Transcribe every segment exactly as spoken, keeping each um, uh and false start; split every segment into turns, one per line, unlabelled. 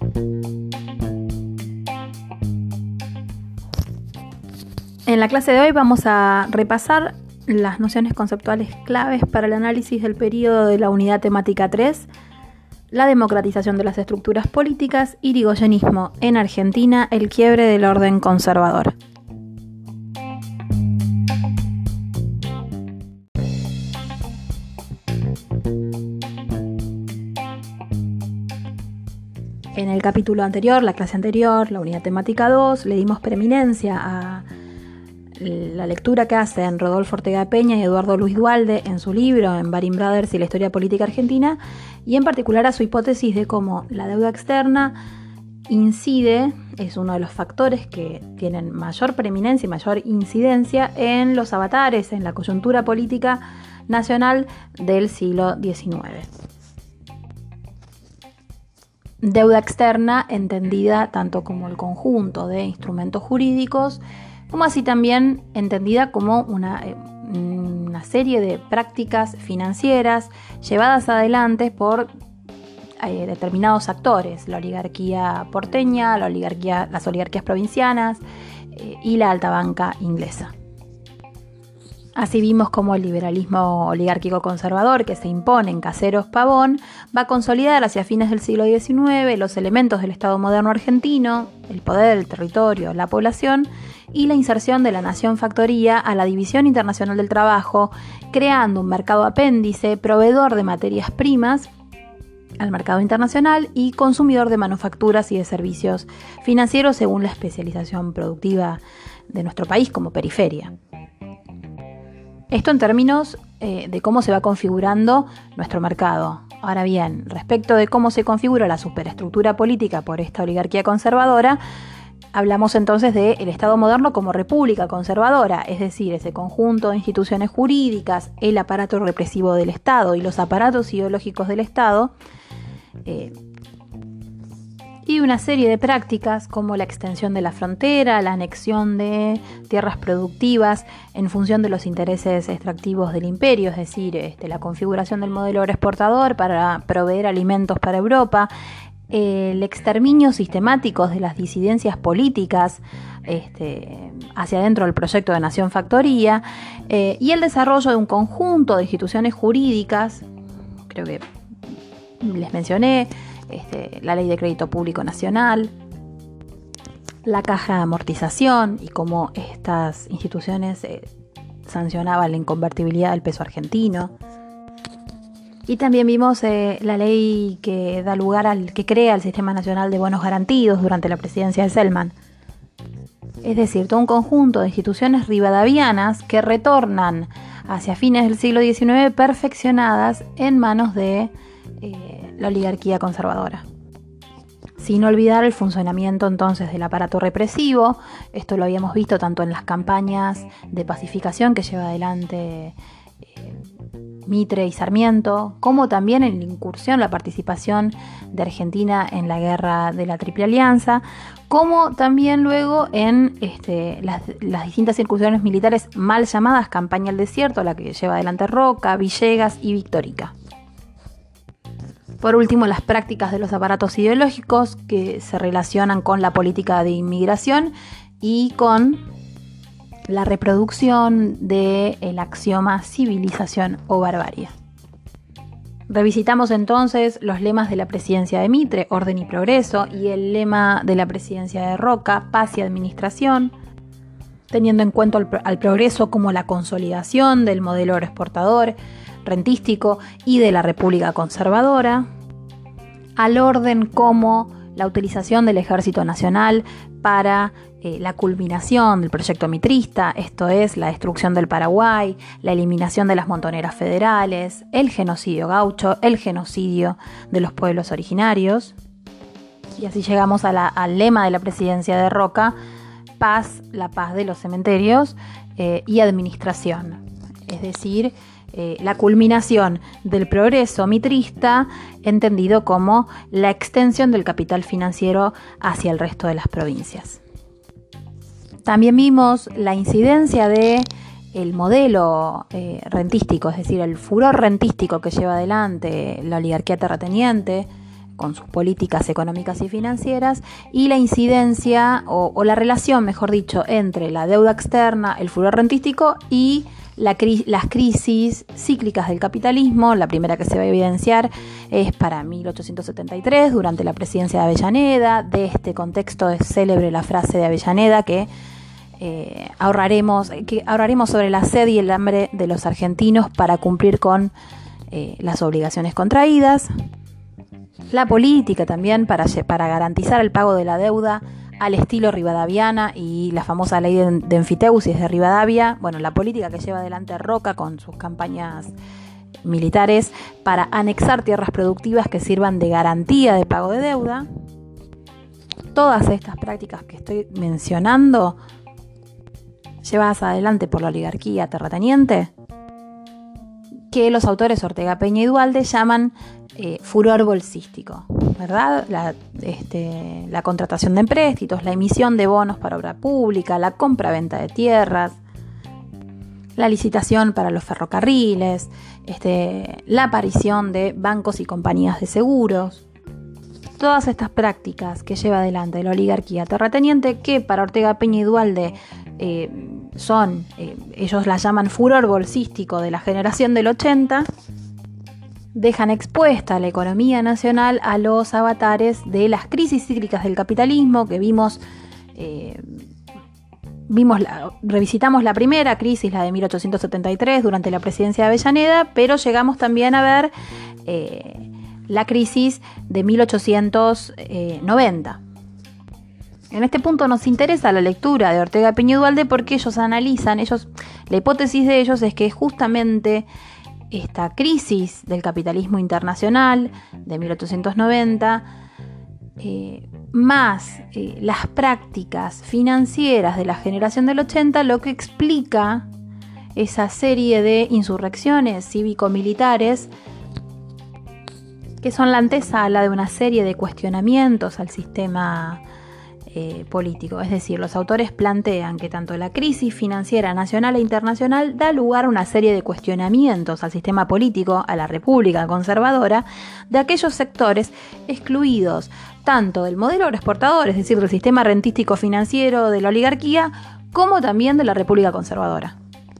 En la clase de hoy vamos a repasar las nociones conceptuales claves para el análisis del periodo de la unidad temática tres, la democratización de las estructuras políticas, irigoyenismo en Argentina, el quiebre del orden conservador. En el capítulo anterior, la clase anterior, la unidad temática dos, le dimos preeminencia a la lectura que hacen Rodolfo Ortega Peña y Eduardo Luis Duhalde en su libro En Baring Brothers y la historia política argentina, y en particular a su hipótesis de cómo la deuda externa incide, es uno de los factores que tienen mayor preeminencia y mayor incidencia en los avatares, en la coyuntura política nacional del siglo diecinueve. Deuda externa entendida tanto como el conjunto de instrumentos jurídicos, como así también entendida como una, una serie de prácticas financieras llevadas adelante por eh, determinados actores, la oligarquía porteña, la oligarquía, las oligarquías provincianas eh, y la alta banca inglesa. Así vimos cómo el liberalismo oligárquico conservador que se impone en Caseros Pavón va a consolidar hacia fines del siglo diecinueve los elementos del Estado moderno argentino, el poder, el territorio, la población y la inserción de la nación factoría a la división internacional del trabajo, creando un mercado apéndice, proveedor de materias primas al mercado internacional y consumidor de manufacturas y de servicios financieros según la especialización productiva de nuestro país como periferia. Esto en términos eh, de cómo se va configurando nuestro mercado. Ahora bien, respecto de cómo se configura la superestructura política por esta oligarquía conservadora, hablamos entonces del Estado moderno como república conservadora, es decir, ese conjunto de instituciones jurídicas, el aparato represivo del Estado y los aparatos ideológicos del Estado, eh, y una serie de prácticas como la extensión de la frontera, la anexión de tierras productivas en función de los intereses extractivos del imperio, es decir, este, la configuración del modelo agroexportador para proveer alimentos para Europa, eh, el exterminio sistemático de las disidencias políticas este, hacia adentro del proyecto de Nación Factoría, eh, y el desarrollo de un conjunto de instituciones jurídicas, creo que les mencioné, Este, la Ley de Crédito Público Nacional, la Caja de Amortización y cómo estas instituciones eh, sancionaban la inconvertibilidad del peso argentino. Y también vimos eh, la ley que da lugar al que crea el Sistema Nacional de Bonos Garantidos durante la presidencia de Selman. Es decir, todo un conjunto de instituciones rivadavianas que retornan hacia fines del siglo diecinueve perfeccionadas en manos de eh, la oligarquía conservadora. Sin olvidar el funcionamiento entonces del aparato represivo. Esto lo habíamos visto tanto en las campañas de pacificación que lleva adelante eh, Mitre y Sarmiento, como también en la incursión, la participación de Argentina en la guerra de la Triple Alianza, como también luego en este, las, las distintas incursiones militares mal llamadas Campaña al Desierto, la que lleva adelante Roca, Villegas y Victorica. Por último, las prácticas de los aparatos ideológicos que se relacionan con la política de inmigración y con la reproducción del axioma civilización o barbarie. Revisitamos entonces los lemas de la presidencia de Mitre, orden y progreso, y el lema de la presidencia de Roca, paz y administración, teniendo en cuenta al, al progreso como la consolidación del modelo agroexportador, rentístico y de la República Conservadora, al orden como la utilización del Ejército Nacional para eh, la culminación del proyecto mitrista, esto es, la destrucción del Paraguay, la eliminación de las montoneras federales, el genocidio gaucho, el genocidio de los pueblos originarios. Y así llegamos a la, al lema de la presidencia de Roca, paz, la paz de los cementerios eh, y administración, es decir, Eh, la culminación del progreso mitrista entendido como la extensión del capital financiero hacia el resto de las provincias. También vimos la incidencia de el modelo eh, rentístico, es decir, el furor rentístico que lleva adelante la oligarquía terrateniente con sus políticas económicas y financieras, y la incidencia o, o la relación, mejor dicho, entre la deuda externa, el furor rentístico y la cri- las crisis cíclicas del capitalismo. La primera que se va a evidenciar es para mil ochocientos setenta y tres, durante la presidencia de Avellaneda. De este contexto es célebre la frase de Avellaneda que eh, ahorraremos, que ahorraremos sobre la sed y el hambre de los argentinos para cumplir con eh, las obligaciones contraídas. La política también para, para garantizar el pago de la deuda al estilo rivadaviana y la famosa ley de, de enfiteusis de Rivadavia. Bueno, la política que lleva adelante Roca con sus campañas militares para anexar tierras productivas que sirvan de garantía de pago de deuda. Todas estas prácticas que estoy mencionando, llevadas adelante por la oligarquía terrateniente, que los autores Ortega Peña y Duhalde llaman eh, furor bolsístico, ¿verdad? La, este, la contratación de empréstitos, la emisión de bonos para obra pública, la compra-venta de tierras, la licitación para los ferrocarriles, este, la aparición de bancos y compañías de seguros. Todas estas prácticas que lleva adelante la oligarquía terrateniente, que para Ortega Peña y Duhalde eh, son, eh, ellos las llaman furor bolsístico de la generación del ochenta, dejan expuesta la economía nacional a los avatares de las crisis cíclicas del capitalismo que vimos, eh, vimos la, revisitamos la primera crisis, la de mil ochocientos setenta y tres, durante la presidencia de Avellaneda, pero llegamos también a ver eh, la crisis de mil ochocientos noventa. En este punto nos interesa la lectura de Ortega Peña y Duhalde porque ellos analizan, ellos, la hipótesis de ellos es que justamente esta crisis del capitalismo internacional de mil ochocientos noventa, eh, más eh, las prácticas financieras de la generación del ochenta, lo que explica esa serie de insurrecciones cívico-militares que son la antesala de una serie de cuestionamientos al sistema eh, político. Es decir, los autores plantean que tanto la crisis financiera nacional e internacional da lugar a una serie de cuestionamientos al sistema político, a la república conservadora, de aquellos sectores excluidos tanto del modelo agroexportador, es decir, del sistema rentístico financiero de la oligarquía, como también de la república conservadora.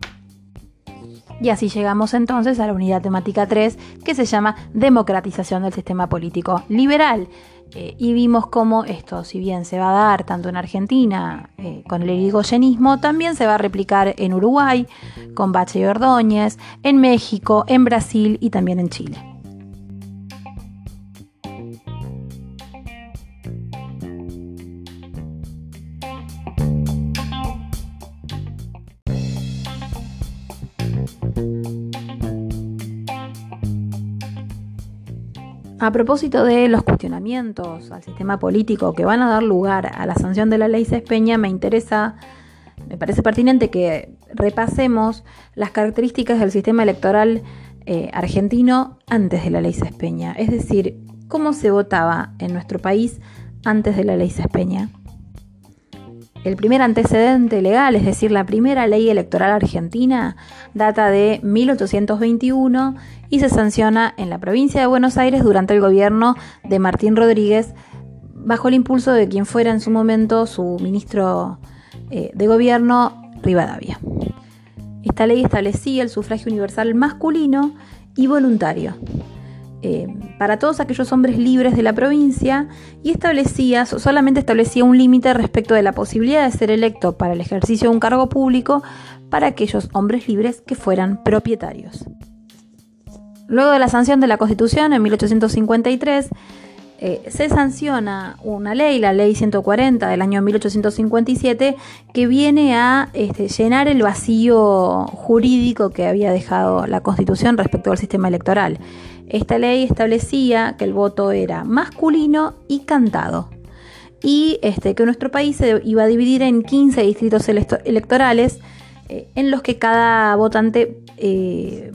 Y así llegamos entonces a la unidad temática tres, que se llama democratización del sistema político liberal. Eh, y vimos cómo esto, si bien se va a dar tanto en Argentina eh, con el irigoyenismo, también se va a replicar en Uruguay con Bache y Ordóñez, en México, en Brasil y también en Chile. A propósito de los cuestionamientos al sistema político que van a dar lugar a la sanción de la ley Céspeña, me interesa, me parece pertinente que repasemos las características del sistema electoral eh, argentino antes de la ley Céspeña, es decir, cómo se votaba en nuestro país antes de la ley Céspeña. El primer antecedente legal, es decir, la primera ley electoral argentina, data de mil ochocientos veintiuno y se sanciona en la provincia de Buenos Aires durante el gobierno de Martín Rodríguez, bajo el impulso de quien fuera en su momento su ministro eh, de gobierno, Rivadavia. Esta ley establecía el sufragio universal masculino y voluntario Eh, para todos aquellos hombres libres de la provincia y establecía, solamente establecía un límite respecto de la posibilidad de ser electo para el ejercicio de un cargo público para aquellos hombres libres que fueran propietarios. Luego de la sanción de la Constitución en mil ochocientos cincuenta y tres, eh, se sanciona una ley, la ley ciento cuarenta del año mil ochocientos cincuenta y siete, que viene a este, llenar el vacío jurídico que había dejado la Constitución respecto al sistema electoral. Esta ley establecía que el voto era masculino y cantado y este, que nuestro país se iba a dividir en quince distritos electorales eh, en los que cada votante eh,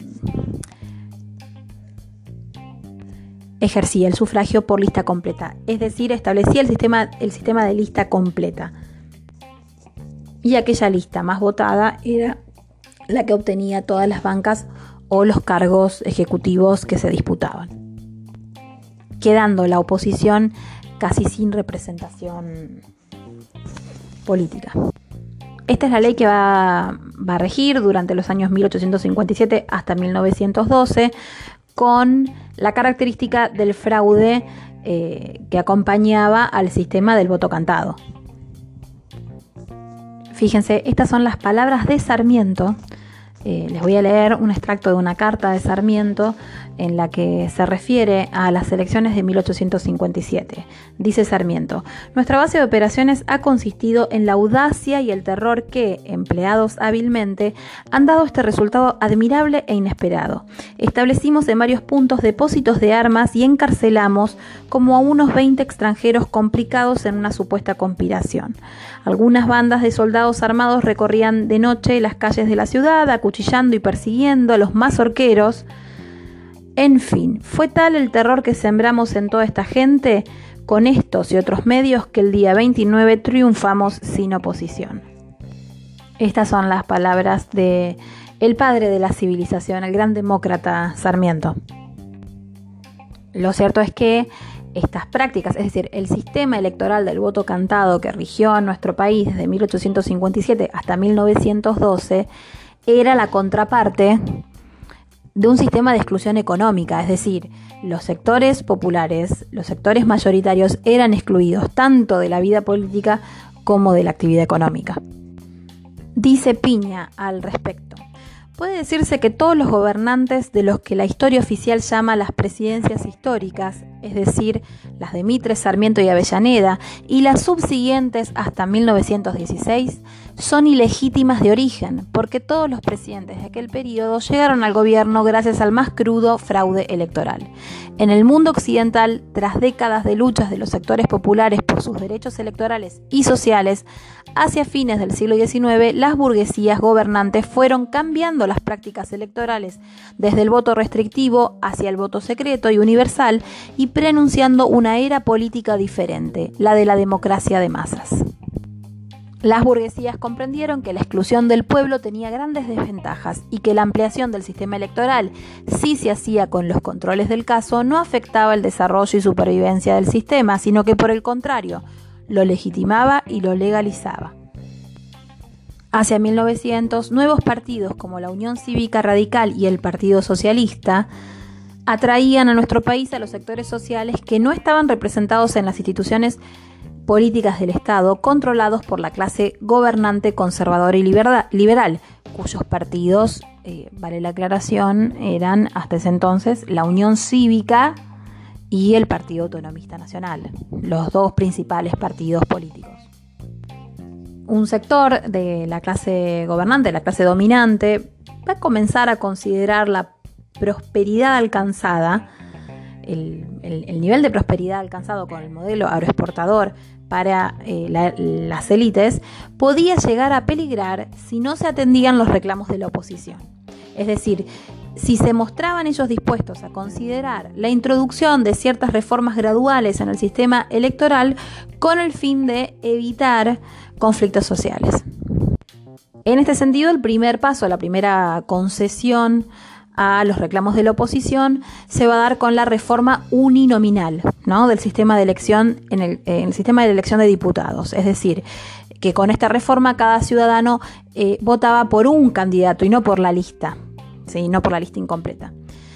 ejercía el sufragio por lista completa, es decir, establecía el sistema, el sistema de lista completa. Y aquella lista más votada era la que obtenía todas las bancas o los cargos ejecutivos que se disputaban. quedando la oposición casi sin representación política. Esta es la ley que va, va a regir durante los años mil ochocientos cincuenta y siete hasta mil novecientos doce, con la característica del fraude eh, que acompañaba al sistema del voto cantado. Fíjense, estas son las palabras de Sarmiento. Eh, les voy a leer un extracto de una carta de Sarmiento en la que se refiere a las elecciones de mil ochocientos cincuenta y siete. Dice Sarmiento: nuestra base de operaciones ha consistido en la audacia y el terror que, empleados hábilmente, han dado este resultado admirable e inesperado. Establecimos en varios puntos depósitos de armas y encarcelamos como a unos veinte extranjeros complicados en una supuesta conspiración. Algunas bandas de soldados armados recorrían de noche las calles de la ciudad, acuchillando y persiguiendo a los mazorqueros. En fin, fue tal el terror que sembramos en toda esta gente con estos y otros medios que el día veintinueve triunfamos sin oposición. Estas son las palabras de el padre de la civilización, el gran demócrata Sarmiento. Lo cierto es que estas prácticas, es decir, el sistema electoral del voto cantado que rigió a nuestro país desde mil ochocientos cincuenta y siete hasta mil novecientos doce, era la contraparte de un sistema de exclusión económica, es decir, los sectores populares, los sectores mayoritarios eran excluidos tanto de la vida política como de la actividad económica. Dice Piña al respecto: puede decirse que todos los gobernantes de los que la historia oficial llama las presidencias históricas, es decir, las de Mitre, Sarmiento y Avellaneda, y las subsiguientes hasta mil novecientos dieciséis, son ilegítimas de origen, porque todos los presidentes de aquel periodo llegaron al gobierno gracias al más crudo fraude electoral. En el mundo occidental, tras décadas de luchas de los sectores populares por sus derechos electorales y sociales, hacia fines del siglo diecinueve, las burguesías gobernantes fueron cambiando las prácticas electorales desde el voto restrictivo hacia el voto secreto y universal y preanunciando una era política diferente, la de la democracia de masas. Las burguesías comprendieron que la exclusión del pueblo tenía grandes desventajas y que la ampliación del sistema electoral, si se hacía con los controles del caso, no afectaba el desarrollo y supervivencia del sistema, sino que por el contrario, lo legitimaba y lo legalizaba. Hacia mil novecientos, nuevos partidos como la Unión Cívica Radical y el Partido Socialista atraían a nuestro país a los sectores sociales que no estaban representados en las instituciones políticas del Estado, controlados por la clase gobernante conservadora y liberal, cuyos partidos, eh, vale la aclaración, eran hasta ese entonces la Unión Cívica y el Partido Autonomista Nacional, los dos principales partidos políticos. Un sector de la clase gobernante, la clase dominante, va a comenzar a considerar la prosperidad alcanzada, el, el, el nivel de prosperidad alcanzado con el modelo agroexportador para eh, la, las élites, podía llegar a peligrar si no se atendían los reclamos de la oposición. Es decir, si se mostraban ellos dispuestos a considerar la introducción de ciertas reformas graduales en el sistema electoral con el fin de evitar conflictos sociales. En este sentido, el primer paso, la primera concesión a los reclamos de la oposición se va a dar con la reforma uninominal, ¿no?, del sistema de elección en el, en el sistema de elección de diputados. Es decir, que con esta reforma cada ciudadano eh, votaba por un candidato y no por la lista, ¿sí?, no por la lista incompleta.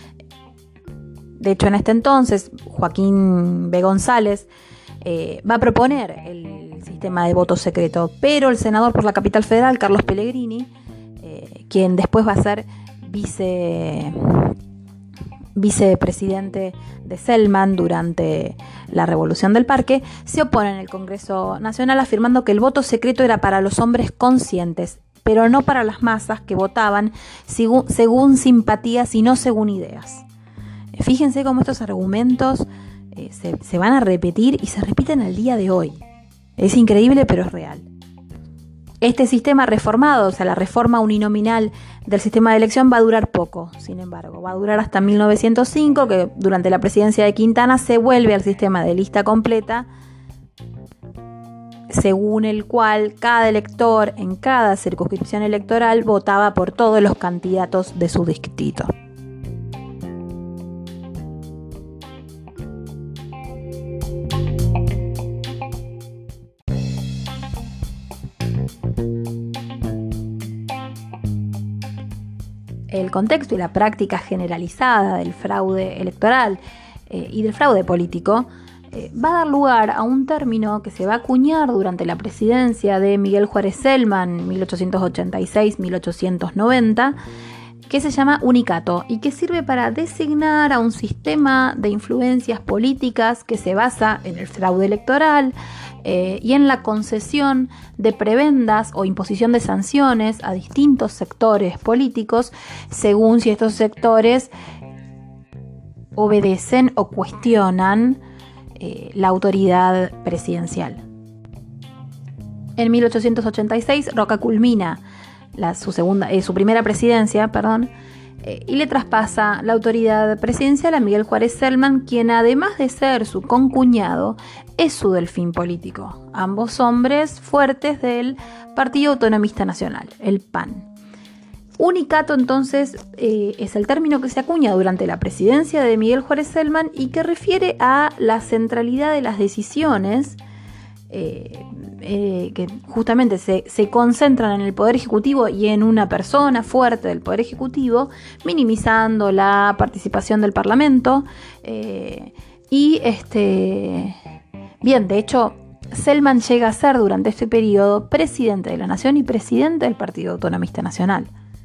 De hecho, en este entonces, Joaquín B. González eh, va a proponer el sistema de voto secreto, pero el senador por la Capital Federal, Carlos Pellegrini, eh, quien después va a ser vice vicepresidente de Selman durante la Revolución del Parque, se opone en el Congreso Nacional afirmando que el voto secreto era para los hombres conscientes, pero no para las masas que votaban según, según simpatías y no según ideas. Fíjense cómo estos argumentos eh, se, se van a repetir y se repiten al día de hoy. Es increíble, pero es real. Este sistema reformado, o sea, la reforma uninominal del sistema de elección, va a durar poco, sin embargo. Va a durar hasta mil novecientos cinco, que durante la presidencia de Quintana se vuelve al sistema de lista completa, según el cual cada elector en cada circunscripción electoral votaba por todos los candidatos de su distrito. El contexto y la práctica generalizada del fraude electoral eh, y del fraude político eh, va a dar lugar a un término que se va a acuñar durante la presidencia de Miguel Juárez Celman, mil ochocientos ochenta y seis a mil ochocientos noventa, que se llama unicato y que sirve para designar a un sistema de influencias políticas que se basa en el fraude electoral eh, y en la concesión de prebendas o imposición de sanciones a distintos sectores políticos según si estos sectores obedecen o cuestionan eh, la autoridad presidencial. En mil ochocientos ochenta y seis, Roca culmina La, su, segunda, eh, su primera presidencia perdón, eh, y le traspasa la autoridad presidencial a Miguel Juárez Celman, quien además de ser su concuñado, es su delfín político. Ambos hombres fuertes del Partido Autonomista Nacional, el P A N. Unicato, entonces, eh, es el término que se acuña durante la presidencia de Miguel Juárez Celman y que refiere a la centralidad de las decisiones Eh, eh, que justamente se, se concentran en el Poder Ejecutivo y en una persona fuerte del Poder Ejecutivo, minimizando la participación del Parlamento. Eh, y, este, bien, de hecho, Celman llega a ser durante este periodo presidente de la Nación y presidente del Partido Autonomista Nacional.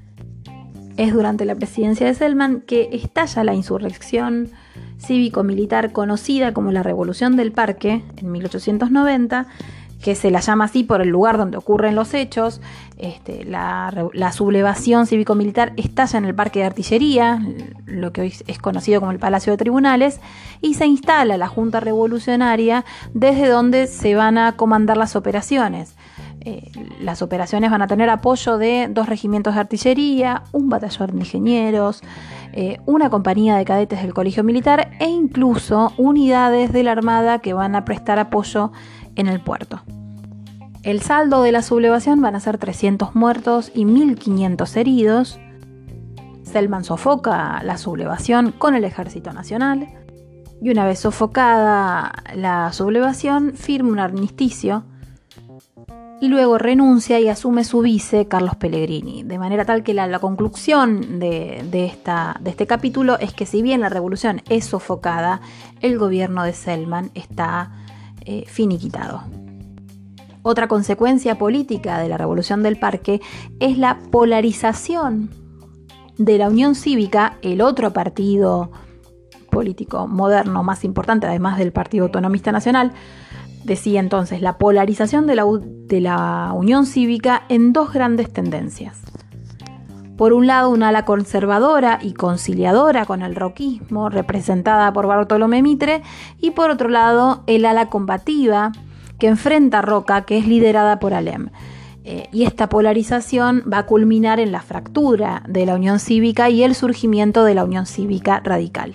Es durante la presidencia de Celman que estalla la insurrección cívico-militar conocida como la Revolución del Parque en mil ochocientos noventa, que se la llama así por el lugar donde ocurren los hechos. Este, la, la sublevación cívico-militar estalla en el Parque de Artillería, lo que hoy es conocido como el Palacio de Tribunales, y se instala la Junta Revolucionaria desde donde se van a comandar las operaciones. Eh, las operaciones van a tener apoyo de dos regimientos de artillería, un batallón de ingenieros, eh, una compañía de cadetes del Colegio Militar e incluso unidades de la Armada que van a prestar apoyo en el puerto. El saldo de la sublevación van a ser trescientos muertos y mil quinientos heridos. Celman sofoca la sublevación con el Ejército Nacional y una vez sofocada la sublevación firma un armisticio y luego renuncia y asume su vice, Carlos Pellegrini, de manera tal que la, la conclusión de, de, esta, de este capítulo es que si bien la revolución es sofocada, el gobierno de Celman está eh, finiquitado. Otra consecuencia política de la Revolución del Parque es la polarización de la Unión Cívica, el otro partido político moderno más importante, además del Partido Autonomista Nacional. Decía entonces la polarización de la, de la Unión Cívica en dos grandes tendencias. Por un lado, una ala conservadora y conciliadora con el roquismo, representada por Bartolomé Mitre, y por otro lado, el ala combativa que enfrenta a Roca, que es liderada por Alem. Eh, y esta polarización va a culminar en la fractura de la Unión Cívica y el surgimiento de la Unión Cívica Radical.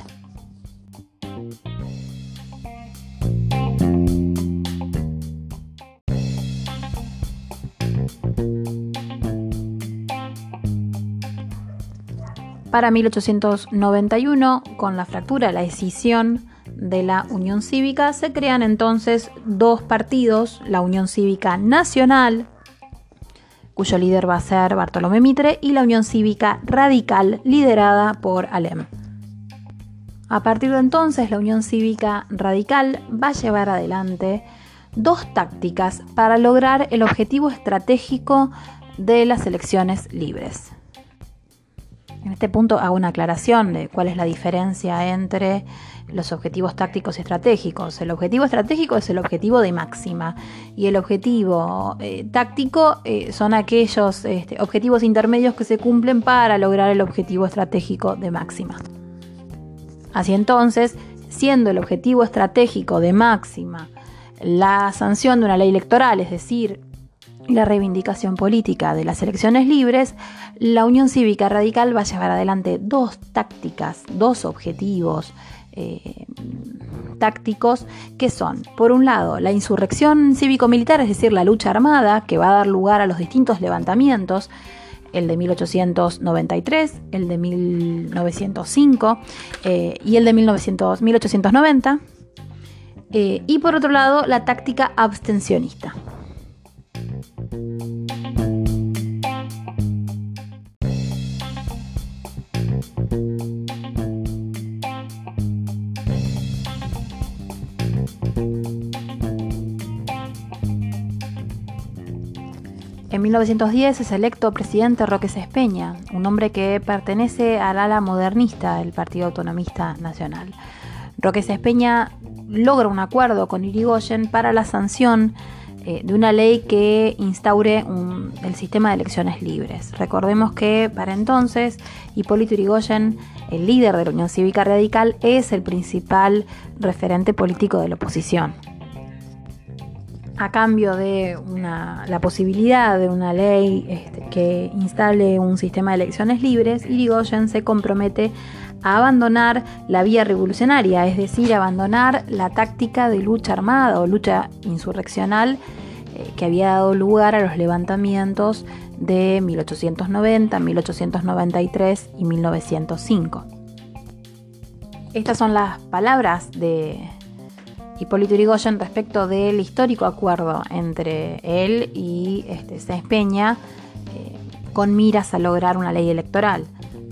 Para mil ochocientos noventa y uno, con la fractura, la escisión de la Unión Cívica, se crean entonces dos partidos, la Unión Cívica Nacional, cuyo líder va a ser Bartolomé Mitre, y la Unión Cívica Radical, liderada por Alem. A partir de entonces, la Unión Cívica Radical va a llevar adelante dos tácticas para lograr el objetivo estratégico de las elecciones libres. En este punto hago una aclaración de cuál es la diferencia entre los objetivos tácticos y estratégicos. El objetivo estratégico es el objetivo de máxima y el objetivo eh, táctico eh, son aquellos este, objetivos intermedios que se cumplen para lograr el objetivo estratégico de máxima. Así entonces, siendo el objetivo estratégico de máxima la sanción de una ley electoral, es decir, la reivindicación política de las elecciones libres, la Unión Cívica Radical va a llevar adelante dos tácticas, dos objetivos eh, tácticos que son, por un lado, la insurrección cívico-militar, es decir, la lucha armada que va a dar lugar a los distintos levantamientos, el de mil ochocientos noventa y tres, el de mil novecientos cinco eh, y el de mil ochocientos noventa, eh, y por otro lado, la táctica abstencionista. En mil novecientos diez es electo presidente Roque Sáenz Peña, un hombre que pertenece al ala modernista del Partido Autonomista Nacional. Roque Sáenz Peña logra un acuerdo con Irigoyen para la sanción eh, de una ley que instaure un, el sistema de elecciones libres. Recordemos que para entonces Hipólito Yrigoyen, el líder de la Unión Cívica Radical, es el principal referente político de la oposición. A cambio de una, la posibilidad de una ley este, que instale un sistema de elecciones libres, Irigoyen se compromete a abandonar la vía revolucionaria, es decir, abandonar la táctica de lucha armada o lucha insurreccional eh, que había dado lugar a los levantamientos de mil ochocientos noventa, mil ochocientos noventa y tres y mil novecientos cinco. Estas son las palabras de Hipólito Yrigoyen respecto del histórico acuerdo entre él y este, Sáenz Peña eh, con miras a lograr una ley electoral.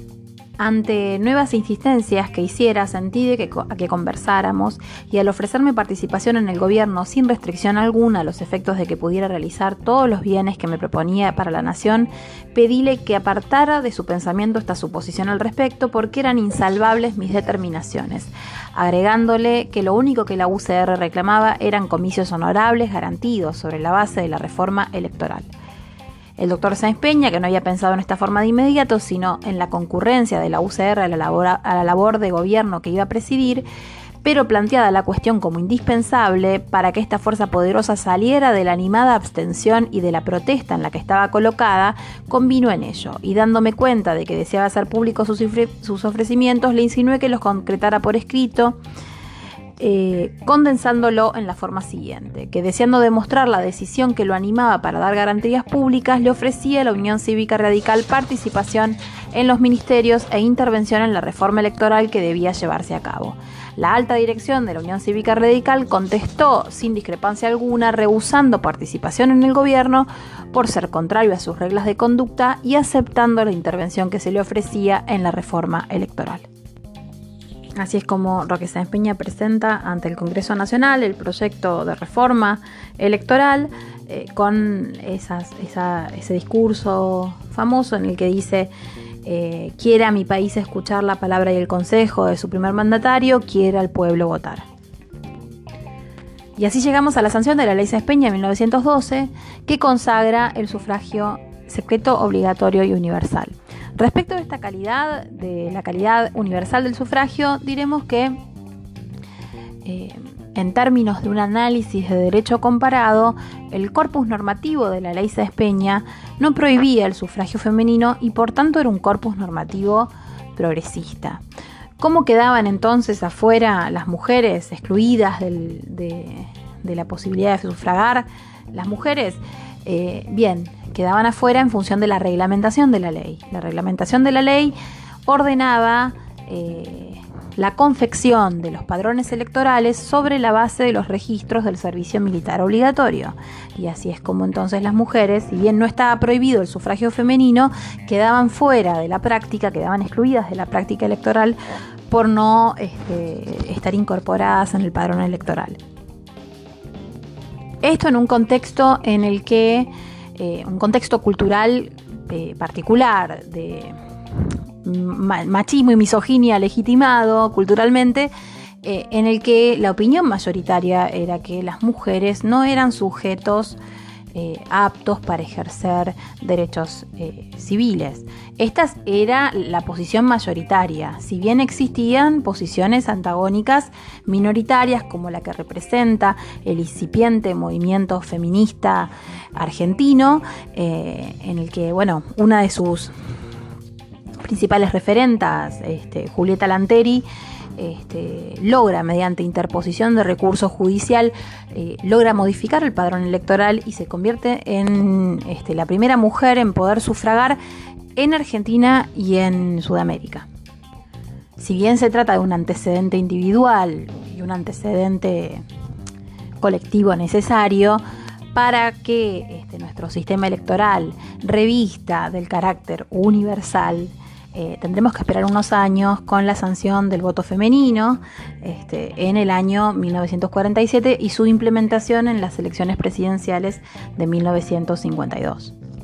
Ante nuevas insistencias que hiciera, sentí de que, a que conversáramos, y al ofrecerme participación en el gobierno sin restricción alguna a los efectos de que pudiera realizar todos los bienes que me proponía para la nación, pedíle que apartara de su pensamiento esta suposición al respecto, porque eran insalvables mis determinaciones, agregándole que lo único que la U C R reclamaba eran comicios honorables garantidos sobre la base de la reforma electoral. El doctor Sáenz Peña, que no había pensado en esta forma de inmediato, sino en la concurrencia de la U C R a la labor, a la labor de gobierno que iba a presidir, pero planteada la cuestión como indispensable para que esta fuerza poderosa saliera de la animada abstención y de la protesta en la que estaba colocada, convino en ello, y dándome cuenta de que deseaba hacer públicos sus, sus ofrecimientos, le insinué que los concretara por escrito, Eh, condensándolo en la forma siguiente, que deseando demostrar la decisión que lo animaba para dar garantías públicas, le ofrecía a la Unión Cívica Radical participación en los ministerios e intervención en la reforma electoral que debía llevarse a cabo. La alta dirección de la Unión Cívica Radical contestó sin discrepancia alguna, rehusando participación en el gobierno por ser contrario a sus reglas de conducta y aceptando la intervención que se le ofrecía en la reforma electoral. Así es como Roque Sáenz Peña presenta ante el Congreso Nacional el proyecto de reforma electoral eh, con esas, esa, ese discurso famoso en el que dice eh, quiera mi país escuchar la palabra y el consejo de su primer mandatario, quiera el pueblo votar. Y así llegamos a la sanción de la Ley Sáenz Peña de mil novecientos doce, que consagra el sufragio secreto, obligatorio y universal. Respecto de esta calidad, de la calidad universal del sufragio, diremos que eh, en términos de un análisis de derecho comparado, el corpus normativo de la Ley Sáenz Peña no prohibía el sufragio femenino y por tanto era un corpus normativo progresista. ¿Cómo quedaban entonces afuera las mujeres excluidas del, de, de la posibilidad de sufragar? Las mujeres, eh, bien, quedaban afuera en función de la reglamentación de la ley. La reglamentación de la ley ordenaba eh, la confección de los padrones electorales sobre la base de los registros del servicio militar obligatorio. Y así es como entonces las mujeres, si bien no estaba prohibido el sufragio femenino, quedaban fuera de la práctica, quedaban excluidas de la práctica electoral por no este, estar incorporadas en el padrón electoral. Esto en un contexto en el que Eh, un contexto cultural eh, particular de ma- machismo y misoginia legitimado culturalmente, eh, en el que la opinión mayoritaria era que las mujeres no eran sujetos eh, aptos para ejercer derechos eh, civiles. Esta era la posición mayoritaria, si bien existían posiciones antagónicas minoritarias como la que representa el incipiente movimiento feminista argentino, eh, en el que, bueno, una de sus principales referentas, este, Julieta Lanteri, Este, logra, mediante interposición de recurso judicial, eh, logra modificar el padrón electoral y se convierte en este, la primera mujer en poder sufragar en Argentina y en Sudamérica. Si bien se trata de un antecedente individual y un antecedente colectivo necesario para que este, nuestro sistema electoral revista del carácter universal, Eh, tendremos que esperar unos años con la sanción del voto femenino este, en el año mil novecientos cuarenta y siete y su implementación en las elecciones presidenciales de mil novecientos cincuenta y dos.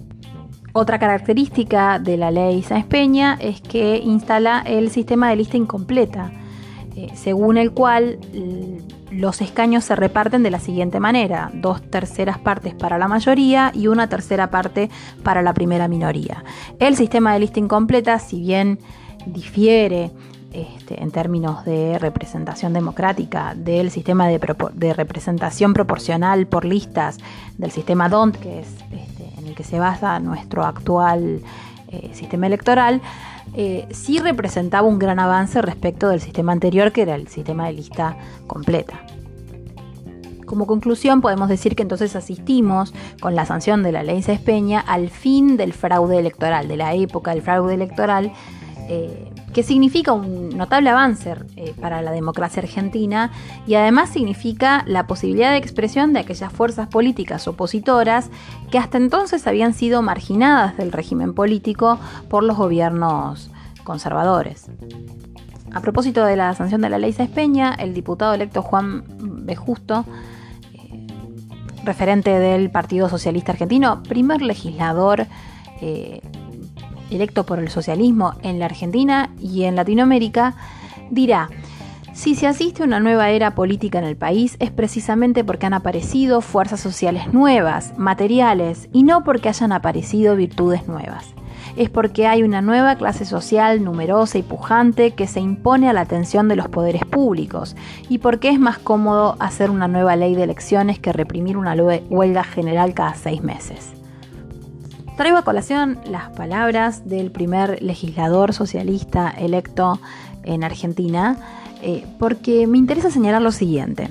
Otra característica de la ley Sáenz Peña es que instala el sistema de lista incompleta, eh, según el cual l- los escaños se reparten de la siguiente manera: dos terceras partes para la mayoría y una tercera parte para la primera minoría. El sistema de lista incompleta, si bien difiere este, en términos de representación democrática del sistema de, propor- de representación proporcional por listas del sistema D O N T, que es este, en el que se basa nuestro actual eh, sistema electoral, eh, sí representaba un gran avance respecto del sistema anterior, que era el sistema de lista completa. Como conclusión, podemos decir que entonces asistimos, con la sanción de la ley Sáenz Peña, al fin del fraude electoral, de la época del fraude electoral, eh, que significa un notable avance eh, para la democracia argentina, y además significa la posibilidad de expresión de aquellas fuerzas políticas opositoras que hasta entonces habían sido marginadas del régimen político por los gobiernos conservadores. A propósito de la sanción de la ley Sáenz Peña, el diputado electo Juan B. Justo, eh, referente del Partido Socialista Argentino, primer legislador eh, electo por el socialismo en la Argentina y en Latinoamérica, dirá: si se asiste a una nueva era política en el país es precisamente porque han aparecido fuerzas sociales nuevas, materiales, y no porque hayan aparecido virtudes nuevas. Es porque hay una nueva clase social numerosa y pujante que se impone a la atención de los poderes públicos, y porque es más cómodo hacer una nueva ley de elecciones que reprimir una huelga general cada seis meses. Traigo a colación las palabras del primer legislador socialista electo en Argentina, eh, porque me interesa señalar lo siguiente.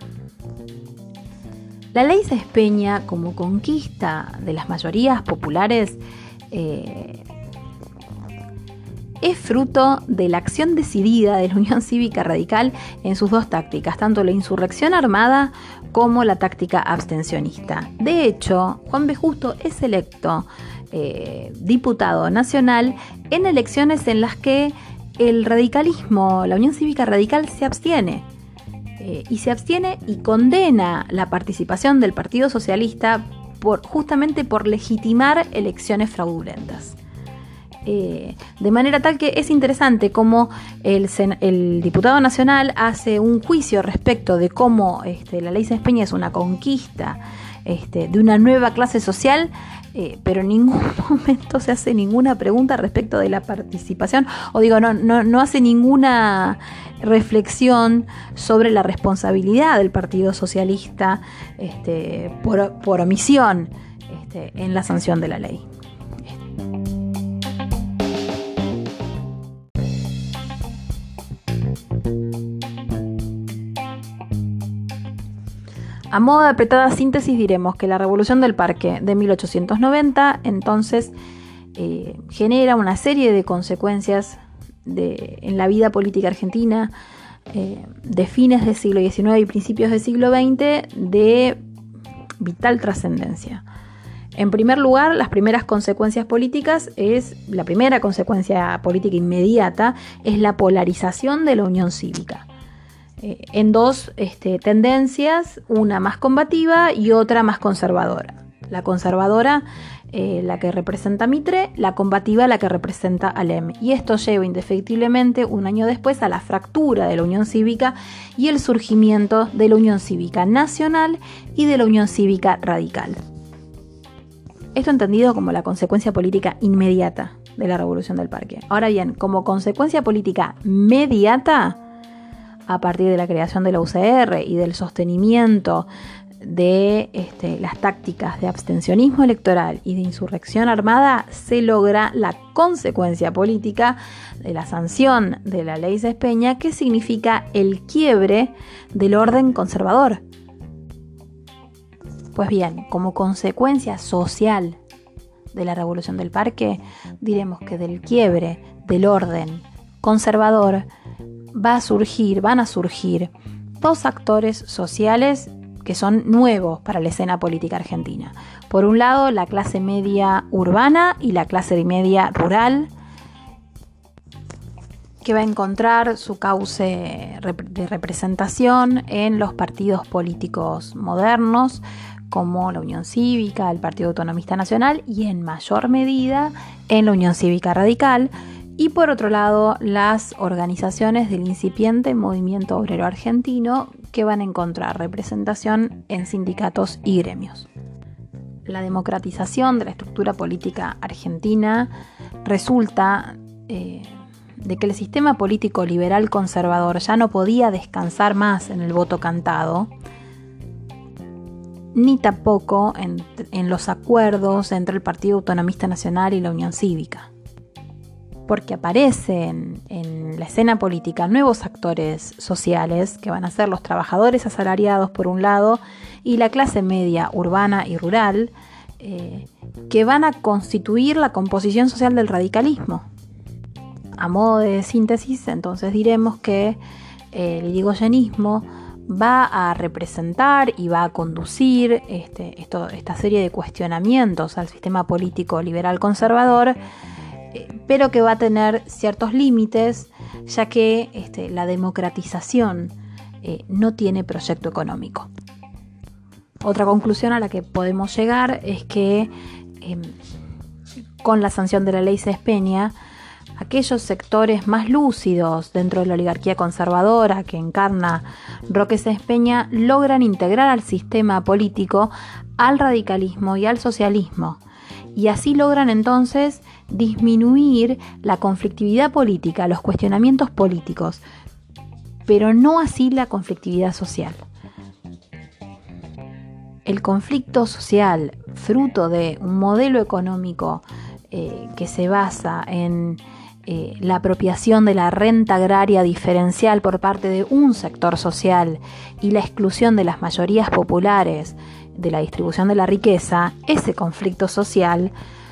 La ley Sáenz Peña, como conquista de las mayorías populares, eh, es fruto de la acción decidida de la Unión Cívica Radical en sus dos tácticas, tanto la insurrección armada como la táctica abstencionista. De hecho, Juan B. Justo es electo eh, diputado nacional en elecciones en las que el radicalismo, la Unión Cívica Radical, se abstiene. Eh, y se abstiene y condena la participación del Partido Socialista por, justamente por legitimar elecciones fraudulentas. Eh, de manera tal que es interesante cómo el, el diputado nacional hace un juicio respecto de cómo este, la ley Sáenz Peña es una conquista este, de una nueva clase social, eh, pero en ningún momento se hace ninguna pregunta respecto de la participación, o digo, no, no, no hace ninguna reflexión sobre la responsabilidad del Partido Socialista este, por, por omisión este, en la sanción de la ley. A modo de apretada síntesis diremos que la Revolución del Parque de mil ochocientos noventa entonces eh, genera una serie de consecuencias de, en la vida política argentina eh, de fines del siglo diecinueve y principios del siglo veinte de vital trascendencia. En primer lugar, las primeras consecuencias políticas es, la primera consecuencia política inmediata es la polarización de la Unión Cívica. En dos este, tendencias, una más combativa y otra más conservadora. La conservadora, eh, la que representa a Mitre, la combativa, la que representa a Lem. Y esto lleva indefectiblemente un año después a la fractura de la Unión Cívica y el surgimiento de la Unión Cívica Nacional y de la Unión Cívica Radical. Esto entendido como la consecuencia política inmediata de la Revolución del Parque. Ahora bien, como consecuencia política mediata, a partir de la creación de la U C R y del sostenimiento de este, las tácticas de abstencionismo electoral y de insurrección armada, se logra la consecuencia política de la sanción de la ley Sáenz Peña, que significa el quiebre del orden conservador. Pues bien, como consecuencia social de la Revolución del Parque, diremos que del quiebre del orden conservador va a surgir, van a surgir dos actores sociales que son nuevos para la escena política argentina. Por un lado, la clase media urbana y la clase media rural, que va a encontrar su cauce de representación en los partidos políticos modernos, como la Unión Cívica, el Partido Autonomista Nacional y en mayor medida en la Unión Cívica Radical, y por otro lado las organizaciones del incipiente movimiento obrero argentino que van a encontrar representación en sindicatos y gremios. La democratización de la estructura política argentina resulta eh, de que el sistema político liberal conservador ya no podía descansar más en el voto cantado, ni tampoco en, en los acuerdos entre el Partido Autonomista Nacional y la Unión Cívica, porque aparecen en la escena política nuevos actores sociales que van a ser los trabajadores asalariados por un lado y la clase media urbana y rural, eh, que van a constituir la composición social del radicalismo. A modo de síntesis, entonces diremos que el irigoyenismo va a representar y va a conducir este, esto, esta serie de cuestionamientos al sistema político liberal conservador, eh, pero que va a tener ciertos límites, ya que este, la democratización eh, no tiene proyecto económico. Otra conclusión a la que podemos llegar es que eh, con la sanción de la ley Cespeña, aquellos sectores más lúcidos dentro de la oligarquía conservadora que encarna Roque Cespeña logran integrar al sistema político, al radicalismo y al socialismo, y así logran entonces disminuir la conflictividad política, los cuestionamientos políticos, pero no así la conflictividad social. El conflicto social, fruto de un modelo económico eh, que se basa en eh, la apropiación de la renta agraria diferencial por parte de un sector social y la exclusión de las mayorías populares de la distribución de la riqueza, ese conflicto social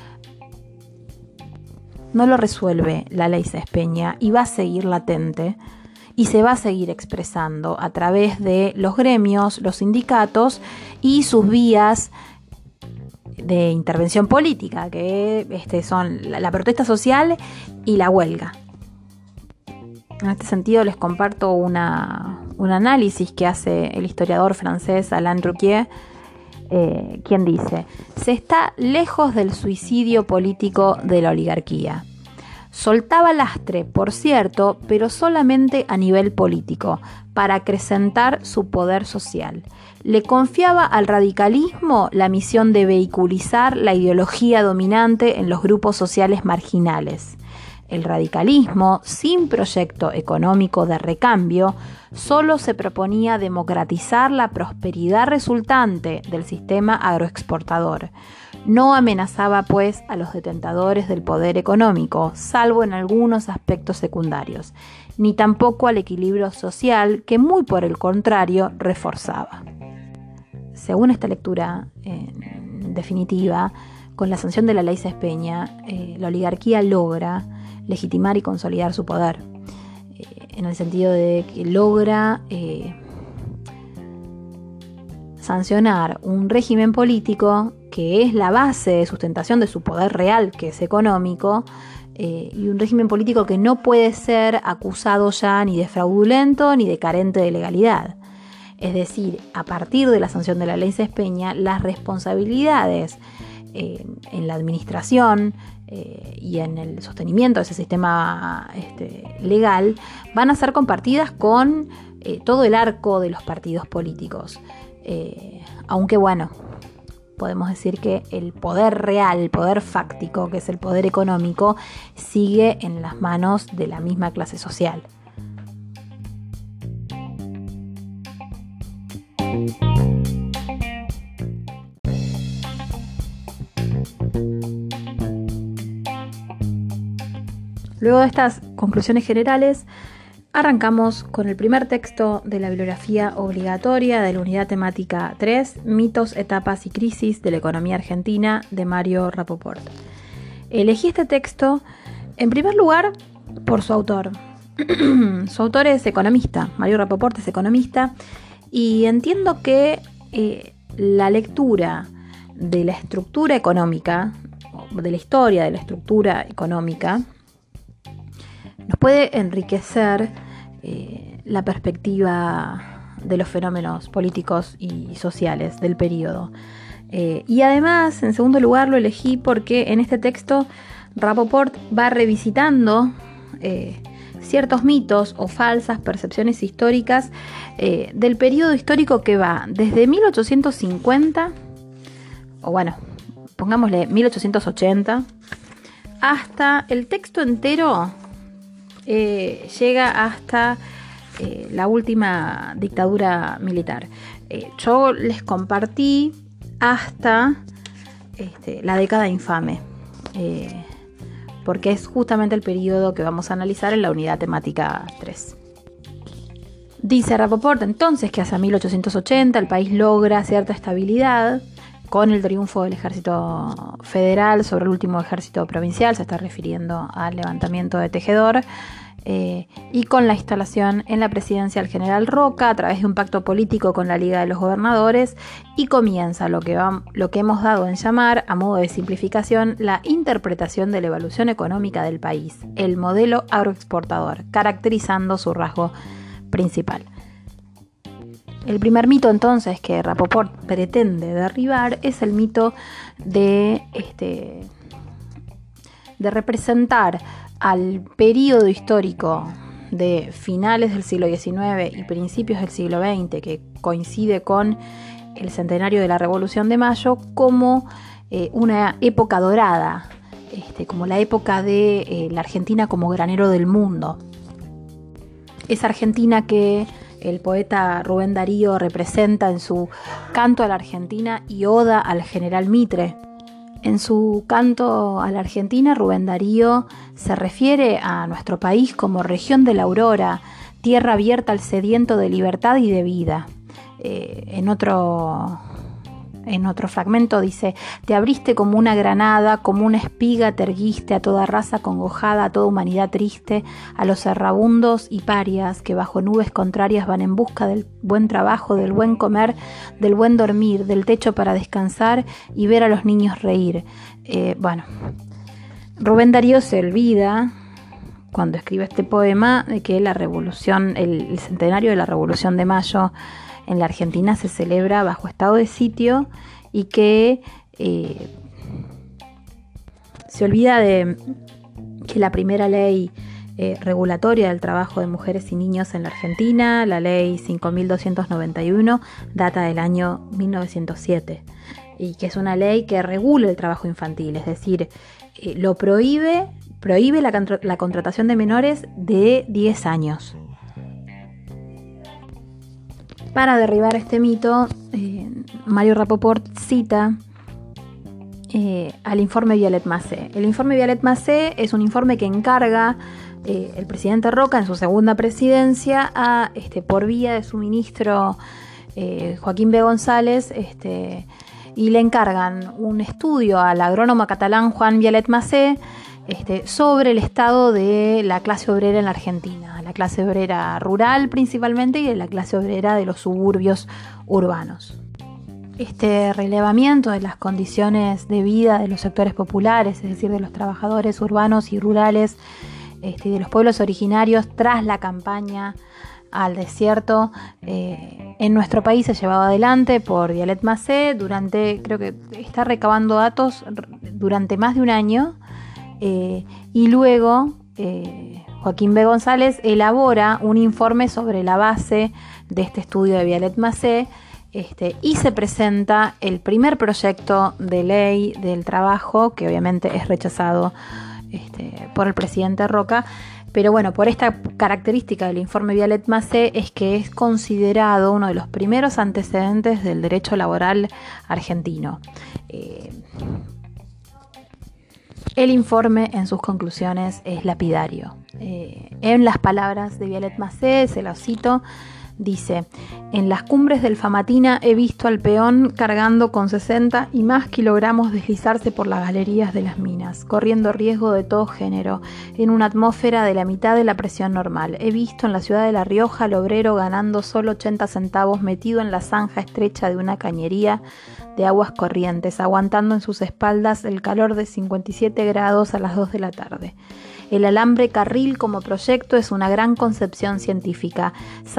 no lo resuelve la ley Cespeña y va a seguir latente y se va a seguir expresando a través de los gremios, los sindicatos y sus vías de intervención política, que este, son la, la protesta social y la huelga. En este sentido les comparto una, un análisis que hace el historiador francés Alain Rouquier, eh, quien dice: se está lejos del suicidio político de la oligarquía. Soltaba lastre, por cierto, pero solamente a nivel político, para acrecentar su poder social. Le confiaba al radicalismo la misión de vehiculizar la ideología dominante en los grupos sociales marginales. El radicalismo, sin proyecto económico de recambio, solo se proponía democratizar la prosperidad resultante del sistema agroexportador. No amenazaba, pues, a los detentadores del poder económico, salvo en algunos aspectos secundarios, ni tampoco al equilibrio social que, muy por el contrario, reforzaba. Según esta lectura en definitiva, con la sanción de la ley Cespeña, eh, la oligarquía logra legitimar y consolidar su poder, eh, en el sentido de que logra eh, sancionar un régimen político que es la base de sustentación de su poder real, que es económico, eh, y un régimen político que no puede ser acusado ya ni de fraudulento ni de carente de legalidad. Es decir, a partir de la sanción de la ley Cespeña, las responsabilidades eh, en la administración eh, y en el sostenimiento de ese sistema este, legal van a ser compartidas con eh, todo el arco de los partidos políticos. Eh, aunque bueno, podemos decir que el poder real, el poder fáctico, que es el poder económico, sigue en las manos de la misma clase social. Luego de estas conclusiones generales, arrancamos con el primer texto de la bibliografía obligatoria de la unidad temática tres, Mitos, Etapas y Crisis de la Economía Argentina, de Mario Rapoport. Elegí este texto, en primer lugar, por su autor. Su autor es economista, Mario Rapoport es economista, y entiendo que eh, la lectura de la estructura económica, de la historia de la estructura económica, nos puede enriquecer eh, la perspectiva de los fenómenos políticos y sociales del periodo. Eh, y además, en segundo lugar, lo elegí porque en este texto Rapoport va revisitando eh, ciertos mitos o falsas percepciones históricas eh, del periodo histórico que va desde mil ochocientos cincuenta, o bueno, pongámosle mil ochocientos ochenta, hasta el texto entero eh, llega hasta eh, la última dictadura militar. Eh, yo les compartí hasta este, la década infame. Eh, porque es justamente el periodo que vamos a analizar en la unidad temática tres. Dice Rapoport entonces que hacia mil ochocientos ochenta el país logra cierta estabilidad con el triunfo del ejército federal sobre el último ejército provincial, se está refiriendo al levantamiento de Tejedor, eh, y con la instalación en la presidencia del general Roca a través de un pacto político con la Liga de los Gobernadores, y comienza lo que, va, lo que hemos dado en llamar, a modo de simplificación, la interpretación de la evolución económica del país, el modelo agroexportador, caracterizando su rasgo principal. El primer mito entonces que Rapoport pretende derribar es el mito de, este, de representar al periodo histórico de finales del siglo diecinueve y principios del siglo veinte, que coincide con el centenario de la Revolución de Mayo, como eh, una época dorada, este, como la época de eh, la Argentina como granero del mundo. Esa Argentina que el poeta Rubén Darío representa en su Canto a la Argentina y Oda al general Mitre. En su Canto a la Argentina, Rubén Darío se refiere a nuestro país como región de la aurora, tierra abierta al sediento de libertad y de vida. Eh, en otro... En otro fragmento dice: te abriste como una granada, como una espiga te erguiste a toda raza congojada, a toda humanidad triste, a los errabundos y parias que bajo nubes contrarias van en busca del buen trabajo, del buen comer, del buen dormir, del techo para descansar y ver a los niños reír. Eh, bueno, Rubén Darío se olvida, cuando escribe este poema, de que la revolución, el, el centenario de la Revolución de Mayo en la Argentina se celebra bajo estado de sitio, y que eh, se olvida de que la primera ley eh, regulatoria del trabajo de mujeres y niños en la Argentina, la ley cinco mil doscientos noventa y uno, data del año mil novecientos siete, y que es una ley que regula el trabajo infantil, es decir, eh, lo prohíbe, prohíbe la, la contratación de menores de diez años. Para derribar este mito, eh, Mario Rapoport cita eh, al informe Vialet-Macé. El informe Vialet-Macé es un informe que encarga eh, el presidente Roca en su segunda presidencia a, este, por vía de su ministro eh, Joaquín B. González, este, y le encargan un estudio al agrónomo catalán Juan Vialet-Macé Este, sobre el estado de la clase obrera en la Argentina, la clase obrera rural principalmente y de la clase obrera de los suburbios urbanos. Este relevamiento de las condiciones de vida de los sectores populares, es decir, de los trabajadores urbanos y rurales, este, de los pueblos originarios tras la campaña al desierto, eh, en nuestro país se llevaba adelante por Vialet-Macé durante, creo que está recabando datos durante más de un año. Eh, y luego eh, Joaquín B. González elabora un informe sobre la base de este estudio de Vialet-Macé, este, y se presenta el primer proyecto de ley del trabajo, que obviamente es rechazado este, por el presidente Roca. Pero bueno, por esta característica del informe Vialet-Macé es que es considerado uno de los primeros antecedentes del derecho laboral argentino. Eh, El informe en sus conclusiones es lapidario. Eh, en las palabras de Vialet-Macé, se lo cito, dice: en las cumbres del Famatina he visto al peón cargando con sesenta y más kilogramos deslizarse por las galerías de las minas, corriendo riesgo de todo género, en una atmósfera de la mitad de la presión normal. He visto en la ciudad de La Rioja al obrero ganando solo ochenta centavos metido en la zanja estrecha de una cañería de aguas corrientes, aguantando en sus espaldas el calor de cincuenta y siete grados a las dos de la tarde. El alambre carril como proyecto es una gran concepción científica. Sale del,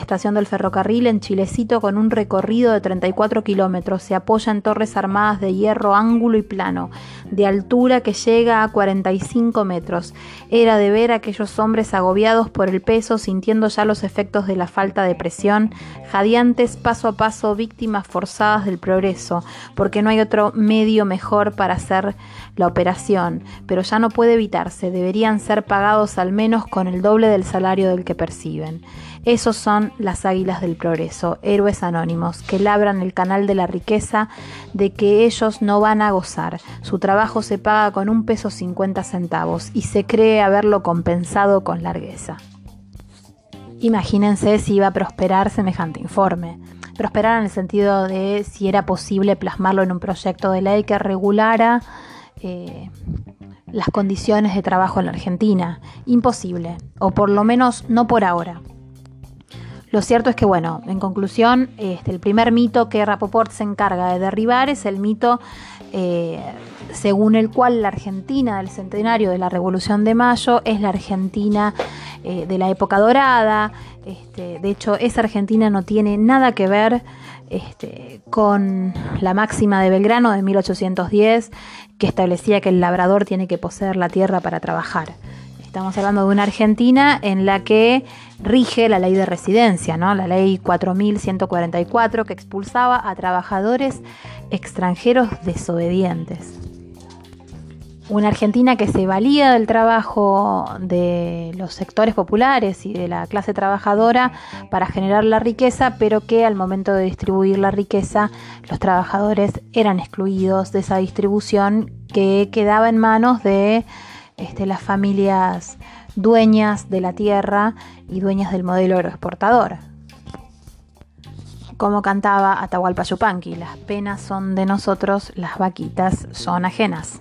estación del ferrocarril en Chilecito con un recorrido de treinta y cuatro kilómetros. Se apoya en torres armadas de hierro ángulo y plano, de altura que llega a cuarenta y cinco metros. Era de ver a aquellos hombres agobiados por el peso, sintiendo ya los efectos de la falta de presión, jadeantes paso a paso, víctimas forzadas del progreso, porque no hay otro medio mejor para hacer la operación, pero ya no puede evitarse, deberían ser pagados al menos con el doble del salario del que perciben. Esos son las águilas del progreso, héroes anónimos, que labran el canal de la riqueza de que ellos no van a gozar. Su trabajo se paga con un peso cincuenta centavos y se cree haberlo compensado con largueza. Imagínense si iba a prosperar semejante informe. Prosperar en el sentido de si era posible plasmarlo en un proyecto de ley que regulara eh, las condiciones de trabajo en la Argentina. Imposible, o por lo menos no por ahora. Lo cierto es que, bueno, en conclusión, este, el primer mito que Rapoport se encarga de derribar es el mito eh, según el cual la Argentina del centenario de la Revolución de Mayo es la Argentina eh, de la época dorada. Este, de hecho, esa Argentina no tiene nada que ver este, con la máxima de Belgrano de mil ochocientos diez, que establecía que el labrador tiene que poseer la tierra para trabajar. Estamos hablando de una Argentina en la que rige la ley de residencia, ¿no? La ley cuatro mil ciento cuarenta y cuatro, que expulsaba a trabajadores extranjeros desobedientes. Una Argentina que se valía del trabajo de los sectores populares y de la clase trabajadora para generar la riqueza, pero que al momento de distribuir la riqueza, los trabajadores eran excluidos de esa distribución que quedaba en manos de Este, las familias dueñas de la tierra y dueñas del modelo agroexportador. Como cantaba Atahualpa Yupanqui, las penas son de nosotros, las vaquitas son ajenas.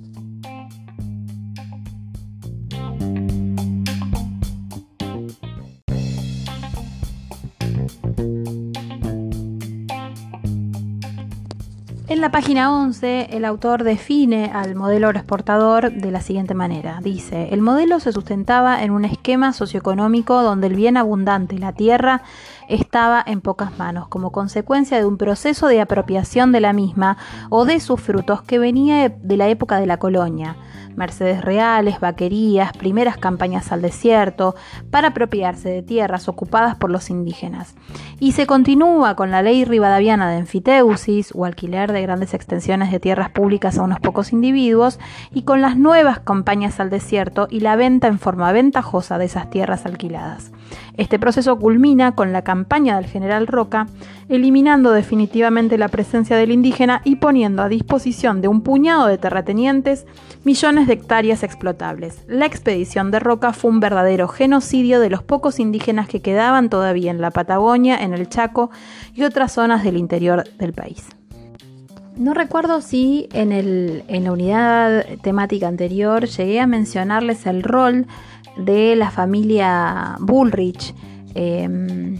En la página once, el autor define al modelo agroexportador de la siguiente manera. Dice: el modelo se sustentaba en un esquema socioeconómico donde el bien abundante, la tierra, estaba en pocas manos, como consecuencia de un proceso de apropiación de la misma o de sus frutos que venía de la época de la colonia. Mercedes reales, vaquerías, primeras campañas al desierto, para apropiarse de tierras ocupadas por los indígenas. Y se continúa con la ley rivadaviana de enfiteusis, o alquiler de grandes extensiones de tierras públicas a unos pocos individuos, y con las nuevas campañas al desierto y la venta en forma ventajosa de esas tierras alquiladas. Este proceso culmina con la campaña del general Roca, eliminando definitivamente la presencia del indígena y poniendo a disposición de un puñado de terratenientes millones de hectáreas explotables. La expedición de Roca fue un verdadero genocidio de los pocos indígenas que quedaban todavía en la Patagonia, en el Chaco y otras zonas del interior del país. No recuerdo si en, el, en la unidad temática anterior llegué a mencionarles el rol de la familia Bullrich. Eh,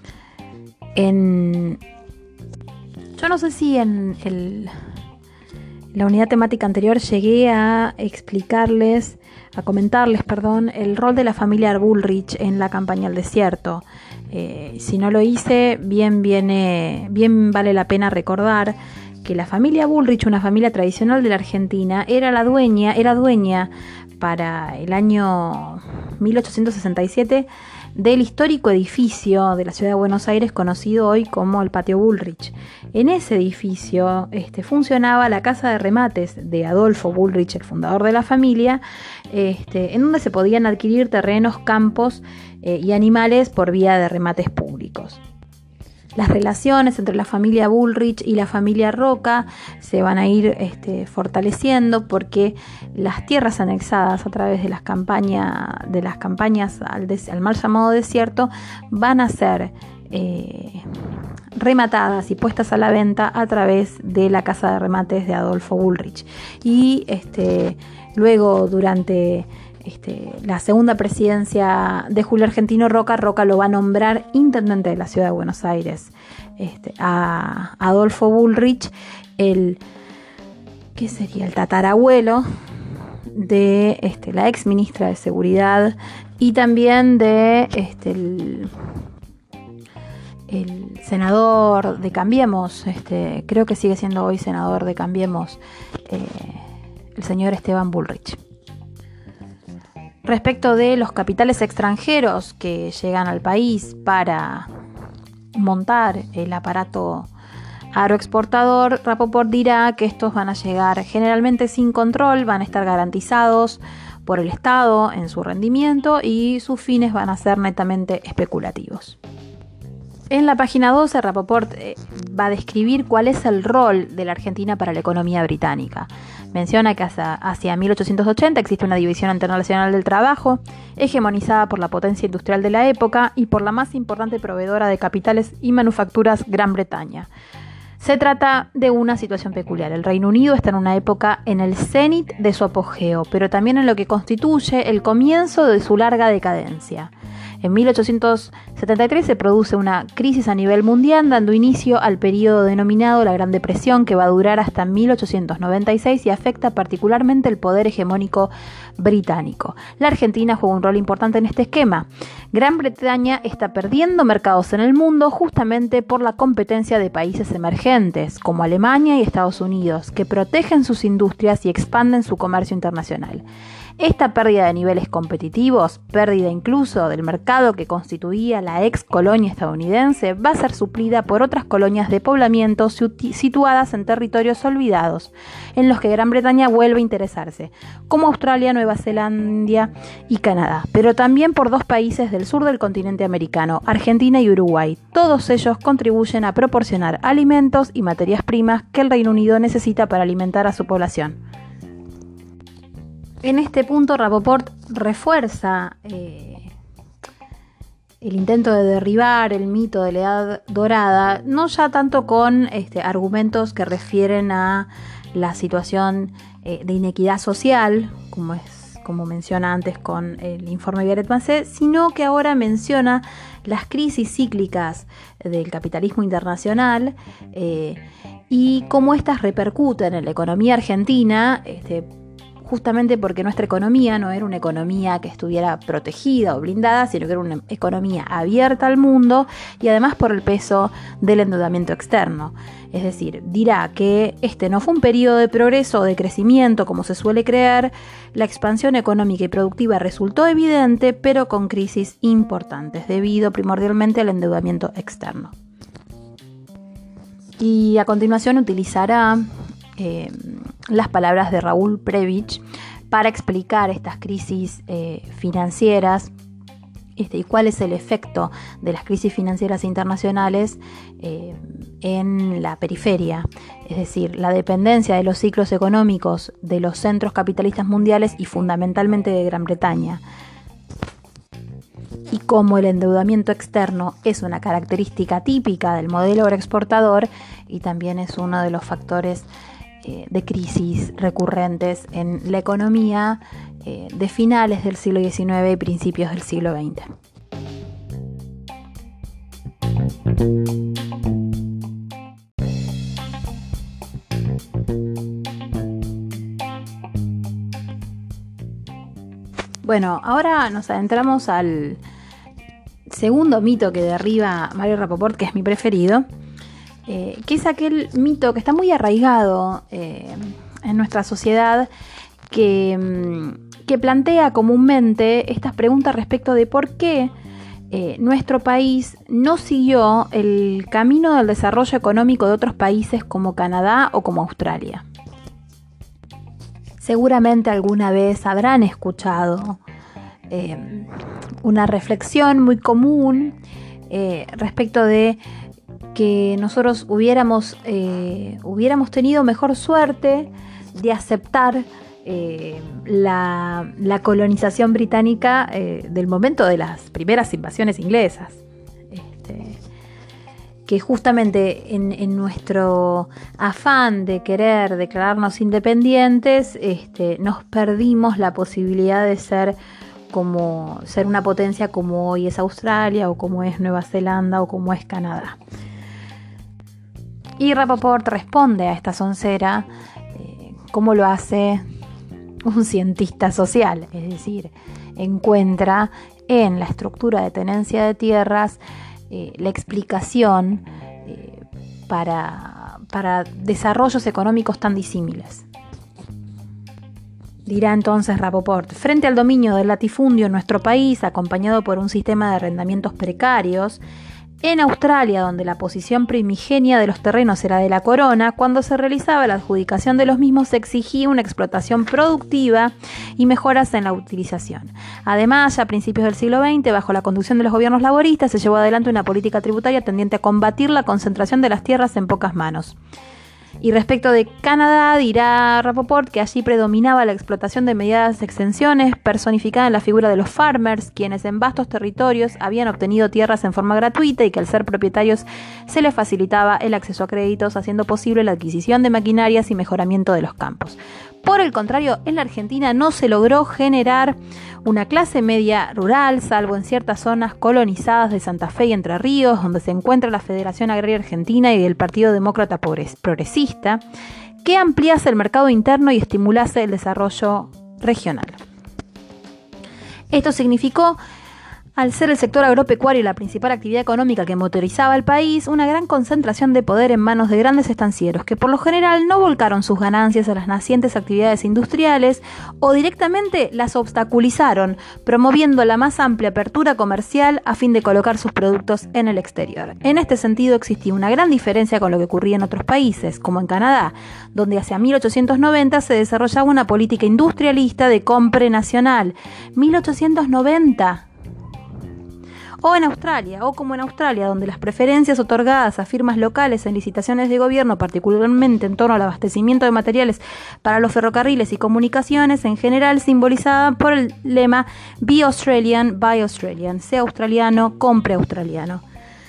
en, yo no sé si en el, la unidad temática anterior llegué a explicarles, a comentarles, perdón, el rol de la familia Bullrich en la campaña al desierto. Eh, si no lo hice, bien, viene, bien vale la pena recordar que la familia Bullrich, una familia tradicional de la Argentina, era la dueña, era dueña para el año mil ochocientos sesenta y siete del histórico edificio de la ciudad de Buenos Aires conocido hoy como el Patio Bullrich. En ese edificio este, funcionaba la casa de remates de Adolfo Bullrich, el fundador de la familia, este, en donde se podían adquirir terrenos, campos eh, y animales por vía de remates públicos. Las relaciones entre la familia Bullrich y la familia Roca se van a ir este, fortaleciendo porque las tierras anexadas a través de las campañas, de las campañas al, des, al mal llamado desierto van a ser eh, rematadas y puestas a la venta a través de la casa de remates de Adolfo Bullrich. Y este, luego durante Este, la segunda presidencia de Julio Argentino Roca, Roca lo va a nombrar intendente de la ciudad de Buenos Aires. Este, a Adolfo Bullrich, el, ¿qué sería? El tatarabuelo de este, la ex ministra de Seguridad y también de este, el, el senador de Cambiemos, este, creo que sigue siendo hoy senador de Cambiemos, eh, el señor Esteban Bullrich. Respecto de los capitales extranjeros que llegan al país para montar el aparato agroexportador, Rapoport dirá que estos van a llegar generalmente sin control, van a estar garantizados por el Estado en su rendimiento y sus fines van a ser netamente especulativos. En la página doce, Rapoport eh, va a describir cuál es el rol de la Argentina para la economía británica. Menciona que hacia, hacia mil ochocientos ochenta existe una división internacional del trabajo, hegemonizada por la potencia industrial de la época y por la más importante proveedora de capitales y manufacturas, Gran Bretaña. Se trata de una situación peculiar. El Reino Unido está en una época en el cenit de su apogeo, pero también en lo que constituye el comienzo de su larga decadencia. En mil ochocientos setenta y tres se produce una crisis a nivel mundial, dando inicio al periodo denominado la Gran Depresión, que va a durar hasta mil ochocientos noventa y seis y afecta particularmente el poder hegemónico británico. La Argentina juega un rol importante en este esquema. Gran Bretaña está perdiendo mercados en el mundo justamente por la competencia de países emergentes, como Alemania y Estados Unidos, que protegen sus industrias y expanden su comercio internacional. Esta pérdida de niveles competitivos, pérdida incluso del mercado que constituía la ex colonia estadounidense, va a ser suplida por otras colonias de poblamiento situadas en territorios olvidados, en los que Gran Bretaña vuelve a interesarse, como Australia, Nueva Zelanda y Canadá, pero también por dos países del sur del continente americano, Argentina y Uruguay. Todos ellos contribuyen a proporcionar alimentos y materias primas que el Reino Unido necesita para alimentar a su población. En este punto, Rapoport refuerza eh, el intento de derribar el mito de la Edad Dorada, no ya tanto con este, argumentos que refieren a la situación eh, de inequidad social, como es como menciona antes con el informe Biarritz-Macé, sino que ahora menciona las crisis cíclicas del capitalismo internacional eh, y cómo éstas repercuten en la economía argentina, este, justamente porque nuestra economía no era una economía que estuviera protegida o blindada, sino que era una economía abierta al mundo y además por el peso del endeudamiento externo. Es decir, dirá que este no fue un periodo de progreso o de crecimiento como se suele creer, la expansión económica y productiva resultó evidente, pero con crisis importantes, debido primordialmente al endeudamiento externo. Y a continuación utilizará Eh, las palabras de Raúl Prebisch para explicar estas crisis eh, financieras este, y cuál es el efecto de las crisis financieras internacionales eh, en la periferia, es decir, la dependencia de los ciclos económicos de los centros capitalistas mundiales y fundamentalmente de Gran Bretaña. Y como el endeudamiento externo es una característica típica del modelo agroexportador y también es uno de los factores de crisis recurrentes en la economía eh, de finales del siglo diecinueve y principios del siglo veinte. Bueno, ahora nos adentramos al segundo mito que derriba Mario Rapoport, que es mi preferido, Eh, que es aquel mito que está muy arraigado eh, en nuestra sociedad, que, que plantea comúnmente estas preguntas respecto de por qué eh, nuestro país no siguió el camino del desarrollo económico de otros países como Canadá o como Australia. Seguramente alguna vez habrán escuchado eh, una reflexión muy común eh, respecto de que nosotros hubiéramos, eh, hubiéramos tenido mejor suerte de aceptar eh, la, la colonización británica eh, del momento de las primeras invasiones inglesas. Este, que justamente en, en nuestro afán de querer declararnos independientes, este, nos perdimos la posibilidad de ser como ser una potencia como hoy es Australia o como es Nueva Zelanda o como es Canadá. Y Rapoport responde a esta soncera eh, como lo hace un cientista social, es decir, encuentra en la estructura de tenencia de tierras eh, la explicación eh, para, para desarrollos económicos tan disímiles. Dirá entonces Rapoport, frente al dominio del latifundio en nuestro país, acompañado por un sistema de arrendamientos precarios, en Australia, donde la posición primigenia de los terrenos era de la corona, cuando se realizaba la adjudicación de los mismos se exigía una explotación productiva y mejoras en la utilización. Además, ya a principios del siglo veinte, bajo la conducción de los gobiernos laboristas, se llevó adelante una política tributaria tendiente a combatir la concentración de las tierras en pocas manos. Y respecto de Canadá, dirá Rapoport que allí predominaba la explotación de medianas extensiones, personificada en la figura de los farmers, quienes en vastos territorios habían obtenido tierras en forma gratuita y que al ser propietarios se les facilitaba el acceso a créditos, haciendo posible la adquisición de maquinarias y mejoramiento de los campos. Por el contrario, en la Argentina no se logró generar una clase media rural, salvo en ciertas zonas colonizadas de Santa Fe y Entre Ríos, donde se encuentra la Federación Agraria Argentina y el Partido Demócrata Progresista, que ampliase el mercado interno y estimulase el desarrollo regional. Esto significó, al ser el sector agropecuario la principal actividad económica que motorizaba el país, una gran concentración de poder en manos de grandes estancieros que por lo general no volcaron sus ganancias a las nacientes actividades industriales o directamente las obstaculizaron, promoviendo la más amplia apertura comercial a fin de colocar sus productos en el exterior. En este sentido existía una gran diferencia con lo que ocurría en otros países, como en Canadá, donde hacia mil ochocientos noventa se desarrollaba una política industrialista de compra nacional. mil ochocientos noventa O en Australia, o como en Australia, donde las preferencias otorgadas a firmas locales en licitaciones de gobierno, particularmente en torno al abastecimiento de materiales para los ferrocarriles y comunicaciones, en general simbolizaban por el lema Be Australian, Buy Australian, sea australiano, compre australiano,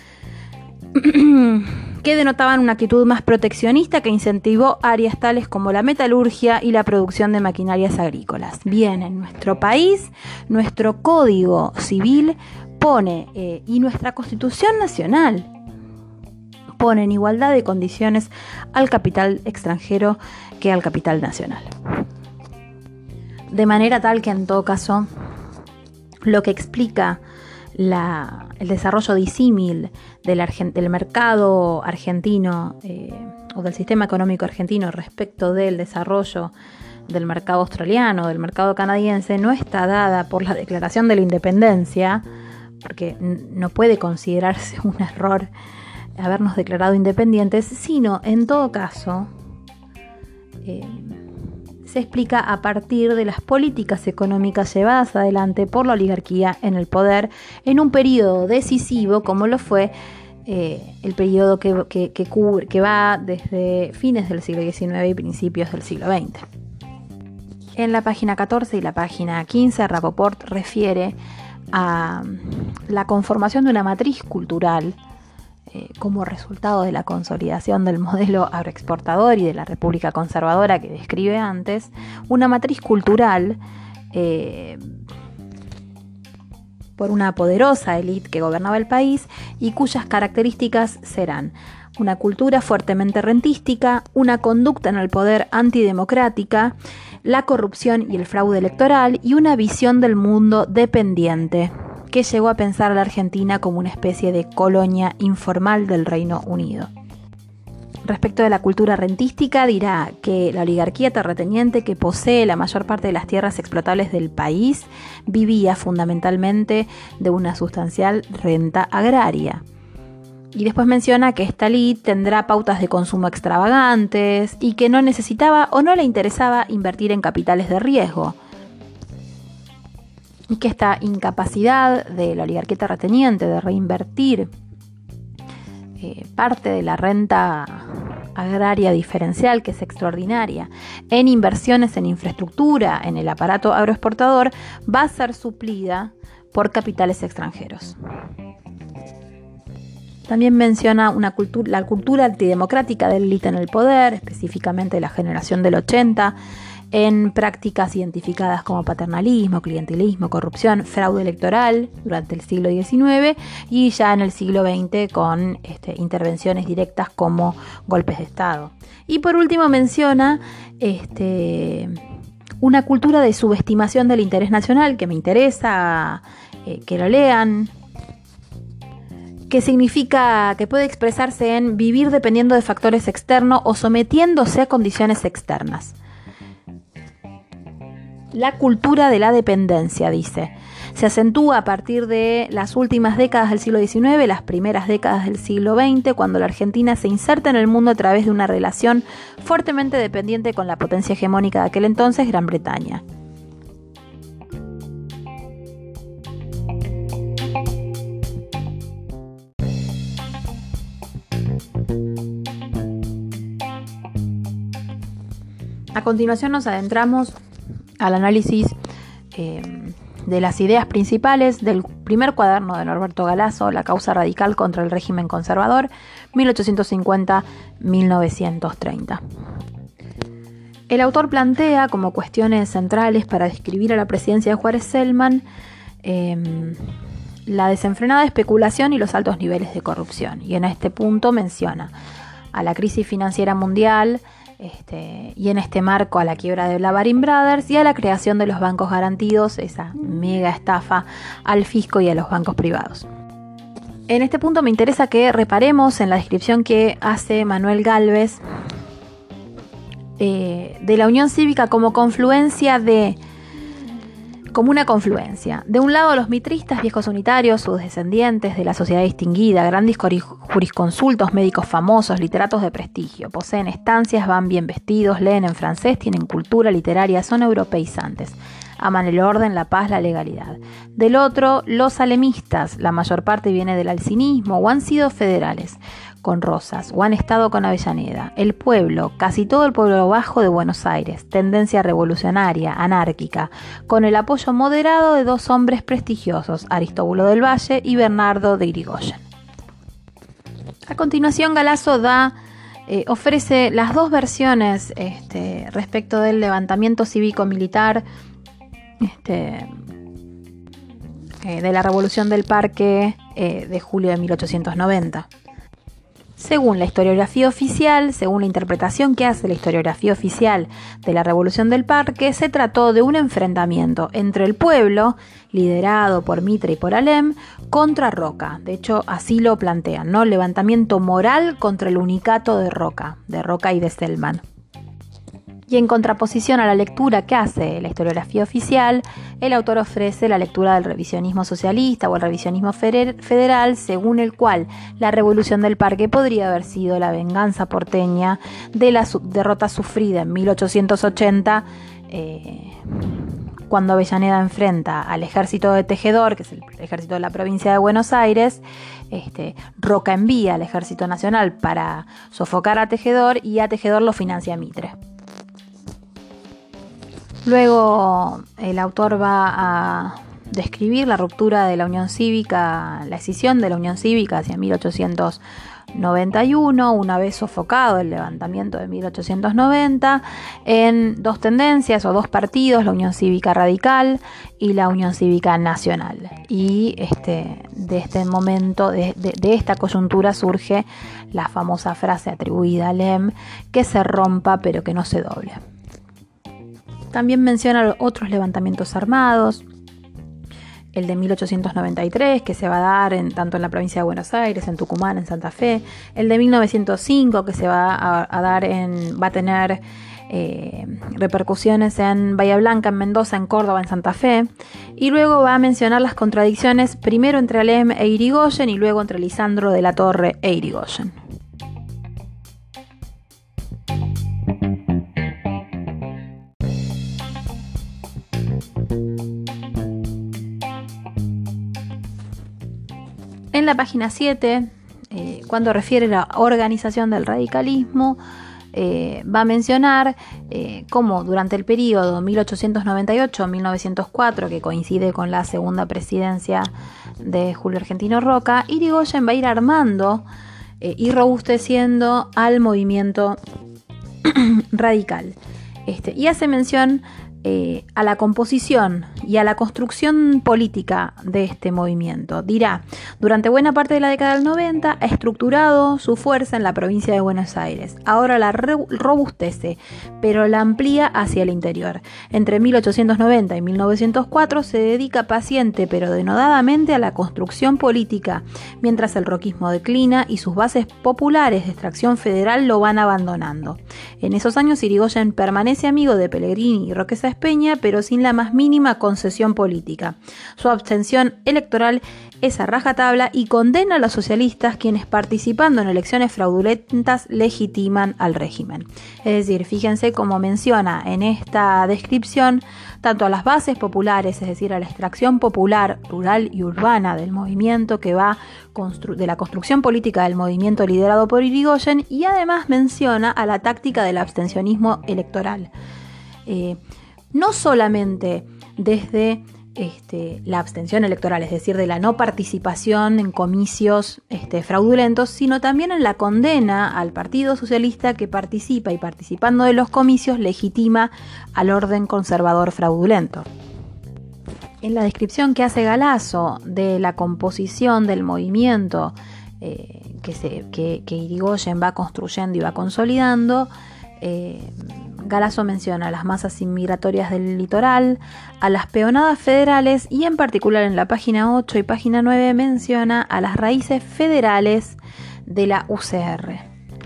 que denotaban una actitud más proteccionista que incentivó áreas tales como la metalurgia y la producción de maquinarias agrícolas. Bien, en nuestro país, nuestro Código Civil pone, eh, y nuestra Constitución Nacional pone en igualdad de condiciones al capital extranjero que al capital nacional. De manera tal que en todo caso lo que explica la, el desarrollo disímil del, argent, del mercado argentino eh, o del sistema económico argentino respecto del desarrollo del mercado australiano, del mercado canadiense, no está dada por la declaración de la independencia, porque no puede considerarse un error habernos declarado independientes, sino en todo caso eh, se explica a partir de las políticas económicas llevadas adelante por la oligarquía en el poder en un periodo decisivo como lo fue eh, el periodo que, que, que, cubre, que va desde fines del siglo diecinueve y principios del siglo veinte. En la página catorce y la página quince, Rapoport refiere a la conformación de una matriz cultural eh, como resultado de la consolidación del modelo agroexportador y de la república conservadora que describe antes, una matriz cultural eh, por una poderosa élite que gobernaba el país y cuyas características serán una cultura fuertemente rentística, una conducta en el poder antidemocrática, la corrupción y el fraude electoral y una visión del mundo dependiente que llegó a pensar a la Argentina como una especie de colonia informal del Reino Unido. Respecto de la cultura rentística, dirá que la oligarquía terrateniente que posee la mayor parte de las tierras explotables del país vivía fundamentalmente de una sustancial renta agraria. Y después menciona que esta élite tendrá pautas de consumo extravagantes y que no necesitaba o no le interesaba invertir en capitales de riesgo. Y que esta incapacidad de la oligarquía terrateniente de reinvertir eh, parte de la renta agraria diferencial, que es extraordinaria, en inversiones en infraestructura, en el aparato agroexportador, va a ser suplida por capitales extranjeros. También menciona una cultura, la cultura antidemocrática de la élite en el poder, específicamente la generación del ochenta, en prácticas identificadas como paternalismo, clientelismo, corrupción, fraude electoral durante el siglo diecinueve y ya en el siglo veinte con este, intervenciones directas como golpes de Estado. Y por último menciona este, una cultura de subestimación del interés nacional, que me interesa eh, que lo lean, que significa que puede expresarse en vivir dependiendo de factores externos o sometiéndose a condiciones externas. La cultura de la dependencia, dice, se acentúa a partir de las últimas décadas del siglo diecinueve, las primeras décadas del siglo veinte, cuando la Argentina se inserta en el mundo a través de una relación fuertemente dependiente con la potencia hegemónica de aquel entonces, Gran Bretaña. A continuación nos adentramos al análisis eh, de las ideas principales del primer cuaderno de Norberto Galasso, La causa radical contra el régimen conservador, mil ochocientos cincuenta a mil novecientos treinta. El autor plantea como cuestiones centrales para describir a la presidencia de Juárez Celman eh, la desenfrenada especulación y los altos niveles de corrupción. Y en este punto menciona a la crisis financiera mundial, Este, y en este marco a la quiebra de la Baring Brothers y a la creación de los bancos garantidos, esa mega estafa al fisco y a los bancos privados. En este punto me interesa que reparemos en la descripción que hace Manuel Gálvez eh, de la Unión Cívica como confluencia de como una confluencia. De un lado, los mitristas, viejos unitarios, sus descendientes de la sociedad distinguida, grandes jurisconsultos, médicos famosos, literatos de prestigio. Poseen estancias, van bien vestidos, leen en francés, tienen cultura literaria, son europeizantes. Aman el orden, la paz, la legalidad. Del otro, los alemistas, la mayor parte viene del alcinismo o han sido federales con Rosas o han estado con Avellaneda. El pueblo, casi todo el pueblo bajo de Buenos Aires, tendencia revolucionaria, anárquica, con el apoyo moderado de dos hombres prestigiosos, Aristóbulo del Valle y Bernardo de Irigoyen. A continuación, Galasso da, eh, ofrece las dos versiones este, respecto del levantamiento cívico-militar este, eh, de la Revolución del Parque eh, de julio de mil ochocientos noventa. Según la historiografía oficial, según la interpretación que hace la historiografía oficial de la Revolución del Parque, se trató de un enfrentamiento entre el pueblo, liderado por Mitre y por Alem, contra Roca. De hecho, así lo plantean, ¿no? Levantamiento moral contra el unicato de Roca, de Roca y de Celman. Y en contraposición a la lectura que hace la historiografía oficial, el autor ofrece la lectura del revisionismo socialista o el revisionismo federal, según el cual la Revolución del Parque podría haber sido la venganza porteña de la su- derrota sufrida en mil ochocientos ochenta, eh, cuando Avellaneda enfrenta al ejército de Tejedor, que es el ejército de la provincia de Buenos Aires. Este, Roca envía al ejército nacional para sofocar a Tejedor y a Tejedor lo financia Mitre. Luego el autor va a describir la ruptura de la Unión Cívica, la escisión de la Unión Cívica hacia mil ochocientos noventa y uno, una vez sofocado el levantamiento de mil ochocientos noventa, en dos tendencias o dos partidos, la Unión Cívica Radical y la Unión Cívica Nacional. Y este, de este momento, de, de, de esta coyuntura surge la famosa frase atribuida a Lem, que se rompa pero que no se doble. También menciona otros levantamientos armados, el de mil ochocientos noventa y tres, que se va a dar en, tanto en la provincia de Buenos Aires, en Tucumán, en Santa Fe, el de mil novecientos cinco, que se va a, a dar en, va a tener eh, repercusiones en Bahía Blanca, en Mendoza, en Córdoba, en Santa Fe, y luego va a mencionar las contradicciones primero entre Alem e Irigoyen y luego entre Lisandro de la Torre e Irigoyen. En la página siete, eh, cuando refiere a la organización del radicalismo, eh, va a mencionar eh, cómo durante el periodo mil ochocientos noventa y ocho a mil novecientos cuatro, que coincide con la segunda presidencia de Julio Argentino Roca, Irigoyen va a ir armando eh, y robusteciendo al movimiento radical. Este, y hace mención eh, a la composición y a la construcción política de este movimiento. Dirá, durante buena parte de la década del noventa ha estructurado su fuerza en la provincia de Buenos Aires. Ahora la re- robustece, pero la amplía hacia el interior. Entre mil ochocientos noventa y mil novecientos cuatro se dedica paciente pero denodadamente a la construcción política, mientras el roquismo declina y sus bases populares de extracción federal lo van abandonando. En esos años Irigoyen permanece amigo de Pellegrini y Roque Sáenz Peña, pero sin la más mínima concesión política. Su abstención electoral es a rajatabla y condena a los socialistas, quienes participando en elecciones fraudulentas legitiman al régimen. Es decir, fíjense cómo menciona en esta descripción tanto a las bases populares, es decir, a la extracción popular, rural y urbana del movimiento que va constru- de la construcción política del movimiento liderado por Irigoyen, y además menciona a la táctica del abstencionismo electoral. Eh, no solamente desde este, la abstención electoral, es decir, de la no participación en comicios este, fraudulentos, sino también en la condena al Partido Socialista que participa y participando de los comicios legitima al orden conservador fraudulento. En la descripción que hace Galasso de la composición del movimiento eh, que, se, que, que Irigoyen va construyendo y va consolidando, eh, Galasso menciona a las masas inmigratorias del litoral, a las peonadas federales y en particular en la página ocho y página nueve menciona a las raíces federales de la U C R.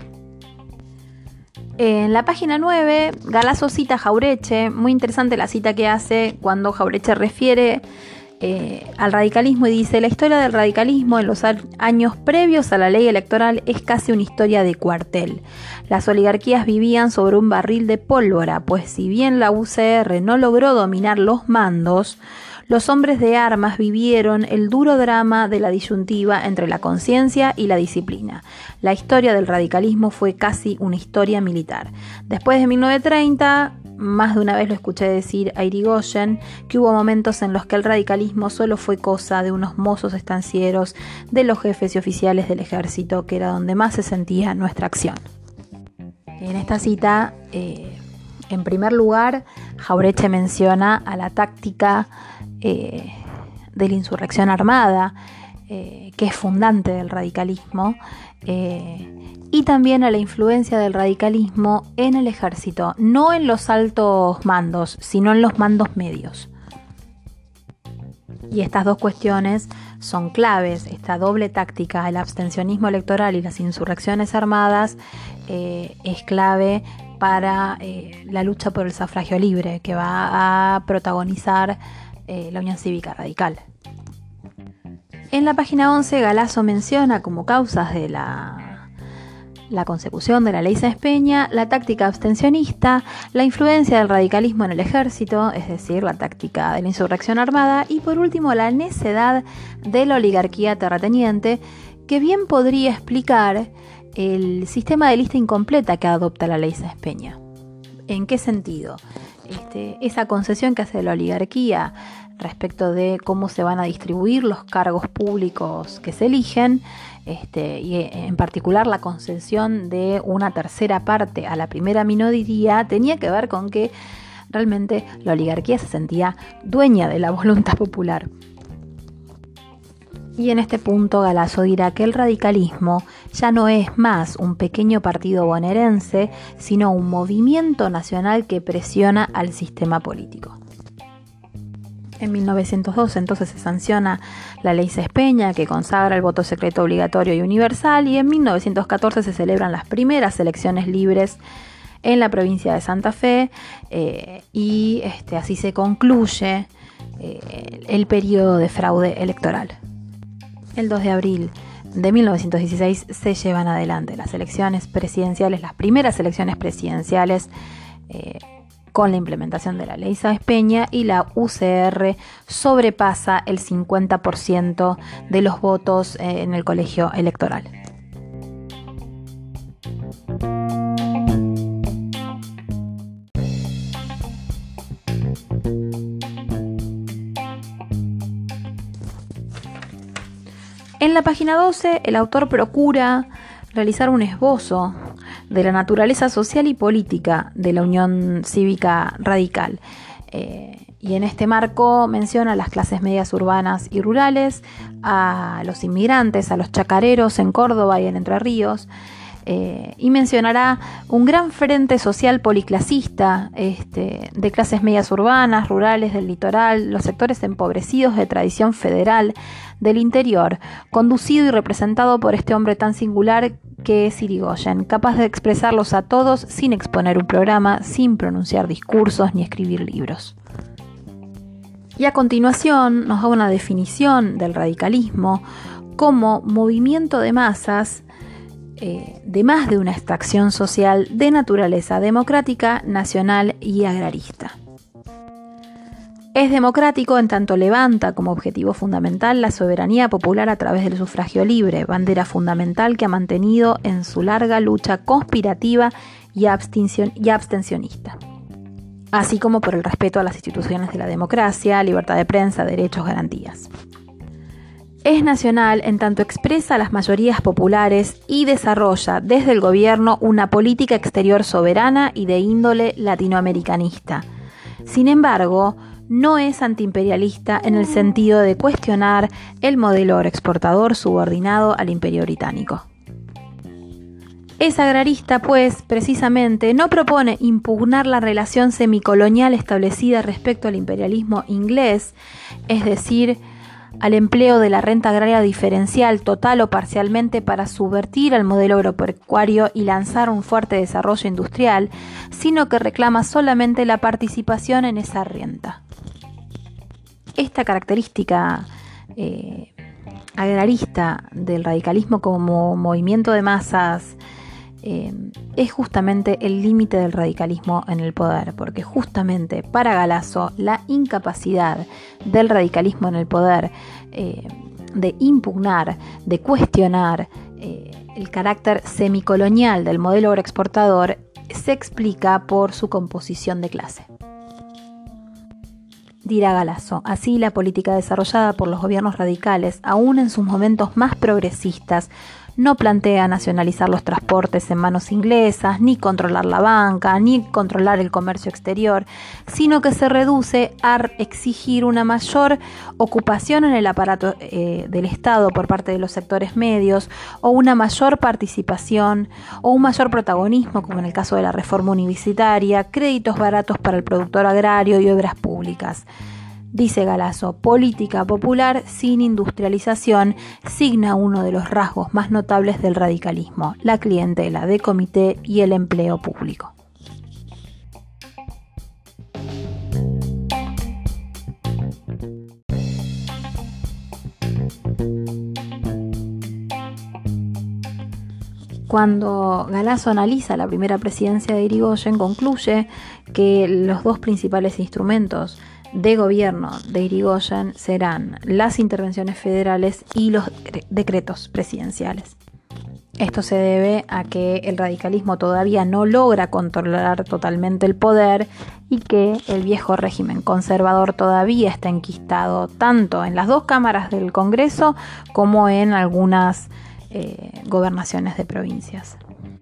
En la página nueve, Galasso cita a Jauretche, muy interesante la cita que hace cuando Jauretche refiere eh, al radicalismo y dice: la historia del radicalismo en los años previos a la ley electoral es casi una historia de cuartel. Las oligarquías vivían sobre un barril de pólvora, pues si bien la U C R no logró dominar los mandos, los hombres de armas vivieron el duro drama de la disyuntiva entre la conciencia y la disciplina. La historia del radicalismo fue casi una historia militar. Después de mil novecientos treinta, más de una vez lo escuché decir a Irigoyen, que hubo momentos en los que el radicalismo solo fue cosa de unos mozos estancieros, de los jefes y oficiales del ejército, que era donde más se sentía nuestra acción. En esta cita, eh, en primer lugar, Jauretche menciona a la táctica eh, de la insurrección armada, eh, que es fundante del radicalismo, eh, y también a la influencia del radicalismo en el ejército, no en los altos mandos, sino en los mandos medios. Y estas dos cuestiones son claves. Esta doble táctica, el abstencionismo electoral y las insurrecciones armadas, eh, es clave para eh, la lucha por el sufragio libre que va a protagonizar eh, la Unión Cívica Radical. En la página once, Galasso menciona como causas de la la consecución de la ley Sáenz Peña, la táctica abstencionista, la influencia del radicalismo en el ejército, es decir, la táctica de la insurrección armada, y por último la necedad de la oligarquía terrateniente, que bien podría explicar el sistema de lista incompleta que adopta la ley Sáenz Peña. ¿En qué sentido? Este, esa concesión que hace la oligarquía respecto de cómo se van a distribuir los cargos públicos que se eligen, este, y en particular la concesión de una tercera parte a la primera minoría, tenía que ver con que realmente la oligarquía se sentía dueña de la voluntad popular. Y en este punto Galasso dirá que el radicalismo ya no es más un pequeño partido bonaerense, sino un movimiento nacional que presiona al sistema político. En mil novecientos dos entonces se sanciona la ley Sáenz Peña, que consagra el voto secreto obligatorio y universal, y en mil novecientos catorce se celebran las primeras elecciones libres en la provincia de Santa Fe, eh, y este, así se concluye eh, el periodo de fraude electoral. El dos de abril de mil novecientos dieciséis se llevan adelante las elecciones presidenciales, las primeras elecciones presidenciales, eh, con la implementación de la ley Sáenz Peña, y la U C R sobrepasa el cincuenta por ciento de los votos eh, en el colegio electoral. En la página doce, el autor procura realizar un esbozo de la naturaleza social y política de la Unión Cívica Radical. Eh, y en este marco menciona a las clases medias urbanas y rurales, a los inmigrantes, a los chacareros en Córdoba y en Entre Ríos, eh, y mencionará un gran frente social policlasista este, de clases medias urbanas, rurales, del litoral, los sectores empobrecidos de tradición federal del interior, conducido y representado por este hombre tan singular que es Irigoyen, capaz de expresarlos a todos sin exponer un programa, sin pronunciar discursos ni escribir libros. Y a continuación nos da una definición del radicalismo como movimiento de masas eh, de más de una extracción social de naturaleza democrática, nacional y agrarista. Es democrático en tanto levanta como objetivo fundamental la soberanía popular a través del sufragio libre, bandera fundamental que ha mantenido en su larga lucha conspirativa y, abstención, y abstencionista, así como por el respeto a las instituciones de la democracia, libertad de prensa, derechos, garantías. Es nacional en tanto expresa a las mayorías populares y desarrolla desde el gobierno una política exterior soberana y de índole latinoamericanista. Sin embargo, no es antiimperialista en el sentido de cuestionar el modelo agroexportador subordinado al imperio británico. Es agrarista, pues, precisamente, no propone impugnar la relación semicolonial establecida respecto al imperialismo inglés, es decir, al empleo de la renta agraria diferencial total o parcialmente para subvertir al modelo agropecuario y lanzar un fuerte desarrollo industrial, sino que reclama solamente la participación en esa renta. Esta característica eh, agrarista del radicalismo como movimiento de masas eh, es justamente el límite del radicalismo en el poder, porque justamente para Galasso la incapacidad del radicalismo en el poder eh, de impugnar, de cuestionar eh, el carácter semicolonial del modelo agroexportador se explica por su composición de clase. Dirá Galasso, así la política desarrollada por los gobiernos radicales, aún en sus momentos más progresistas, no plantea nacionalizar los transportes en manos inglesas, ni controlar la banca, ni controlar el comercio exterior, sino que se reduce a exigir una mayor ocupación en el aparato eh, del Estado por parte de los sectores medios, o una mayor participación, o un mayor protagonismo, como en el caso de la reforma universitaria, créditos baratos para el productor agrario y obras públicas. Dice Galasso, política popular sin industrialización signa uno de los rasgos más notables del radicalismo, la clientela de comité y el empleo público. Cuando Galasso analiza la primera presidencia de Irigoyen, concluye que los dos principales instrumentos de gobierno de Irigoyen serán las intervenciones federales y los decretos presidenciales. Esto se debe a que el radicalismo todavía no logra controlar totalmente el poder y que el viejo régimen conservador todavía está enquistado tanto en las dos cámaras del Congreso como en algunas eh, gobernaciones de provincias.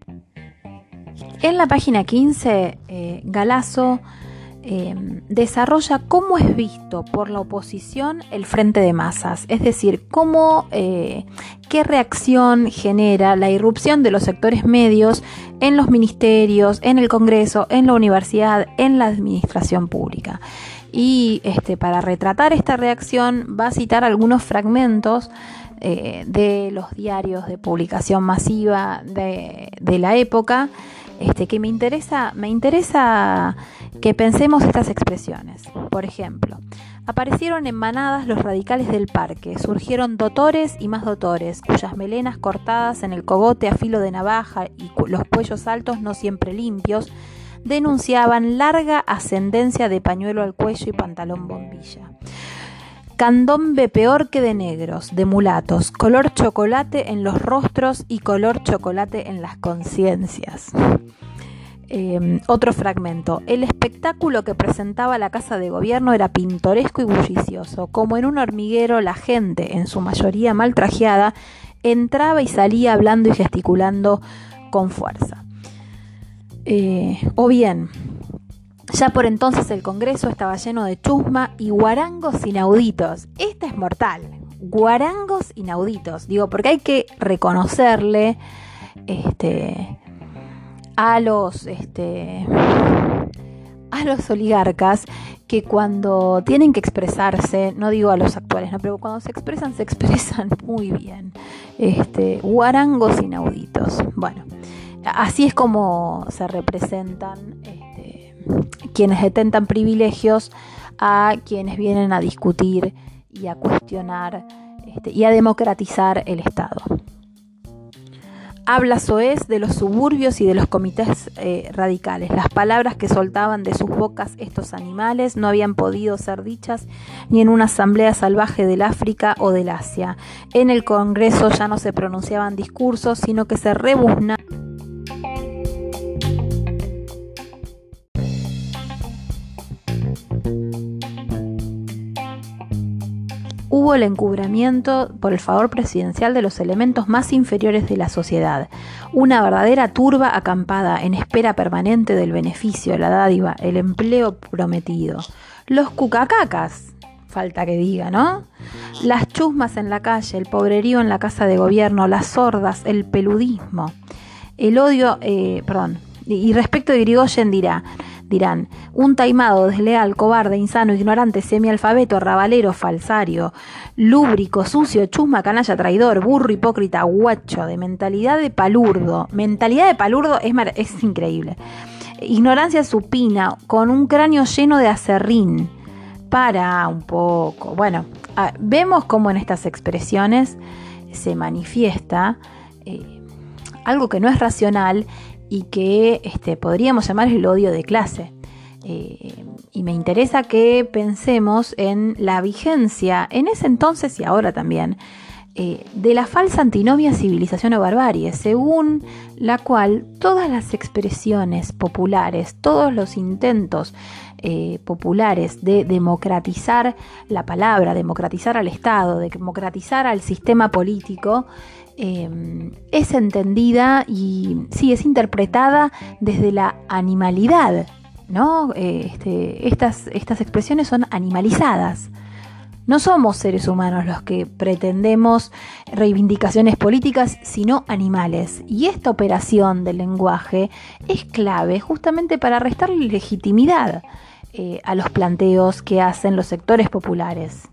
En la página quince, eh, Galasso Eh, desarrolla cómo es visto por la oposición el frente de masas, es decir, cómo, eh, qué reacción genera la irrupción de los sectores medios en los ministerios, en el Congreso, en la universidad, en la administración pública. Y este, para retratar esta reacción va a citar algunos fragmentos eh, de los diarios de publicación masiva de, de la época, este, que me interesa, me interesa que pensemos estas expresiones. Por ejemplo, aparecieron en manadas los radicales del parque, surgieron dotores y más dotores, cuyas melenas cortadas en el cogote a filo de navaja y los cuellos altos no siempre limpios, denunciaban larga ascendencia de pañuelo al cuello y pantalón bombilla. Candombe peor que de negros, de mulatos, color chocolate en los rostros y color chocolate en las conciencias. Eh, otro fragmento. El espectáculo que presentaba la Casa de Gobierno era pintoresco y bullicioso. Como en un hormiguero, la gente, en su mayoría mal trajeada, entraba y salía hablando y gesticulando con fuerza. Eh, o bien, Ya por entonces el Congreso estaba lleno de chusma y guarangos inauditos. Esta es mortal. Guarangos inauditos. Digo, porque hay que reconocerle este, a los este, a los oligarcas que cuando tienen que expresarse, no digo a los actuales, no, pero cuando se expresan, se expresan muy bien. Este, guarangos inauditos. Bueno, así es como se representan este, quienes detentan privilegios a quienes vienen a discutir y a cuestionar este, y a democratizar el Estado. Habla soez de los suburbios y de los comités eh, radicales. Las palabras que soltaban de sus bocas estos animales no habían podido ser dichas ni en una asamblea salvaje del África o del Asia. En el Congreso ya no se pronunciaban discursos, sino que se rebuznaban. Hubo el encubrimiento por el favor presidencial de los elementos más inferiores de la sociedad, una verdadera turba acampada en espera permanente del beneficio, la dádiva, el empleo prometido. Los cucacacas, falta que diga, ¿no? Las chusmas en la calle, el pobrerío en la casa de gobierno, las sordas, el peludismo, el odio, eh, perdón, y respecto de Irigoyen dirá, dirán, un taimado, desleal, cobarde, insano, ignorante, semialfabeto, rabalero, falsario, lúbrico, sucio, chusma, canalla, traidor, burro, hipócrita, guacho, de mentalidad de palurdo. Mentalidad de palurdo es, mar- es increíble. Ignorancia supina, con un cráneo lleno de acerrín. Para un poco. Bueno, a, vemos cómo en estas expresiones se manifiesta eh, algo que no es racional y que este, podríamos llamar el odio de clase. Eh, y me interesa que pensemos en la vigencia, en ese entonces y ahora también, eh, de la falsa antinomia civilización o barbarie, según la cual todas las expresiones populares, todos los intentos eh, populares de democratizar la palabra, democratizar al Estado, de democratizar al sistema político, Eh, es entendida y sí, es interpretada desde la animalidad, ¿no? Eh, este, estas, estas expresiones son animalizadas. No somos seres humanos los que pretendemos reivindicaciones políticas, sino animales. Y esta operación del lenguaje es clave justamente para restar legitimidad eh, a los planteos que hacen los sectores populares.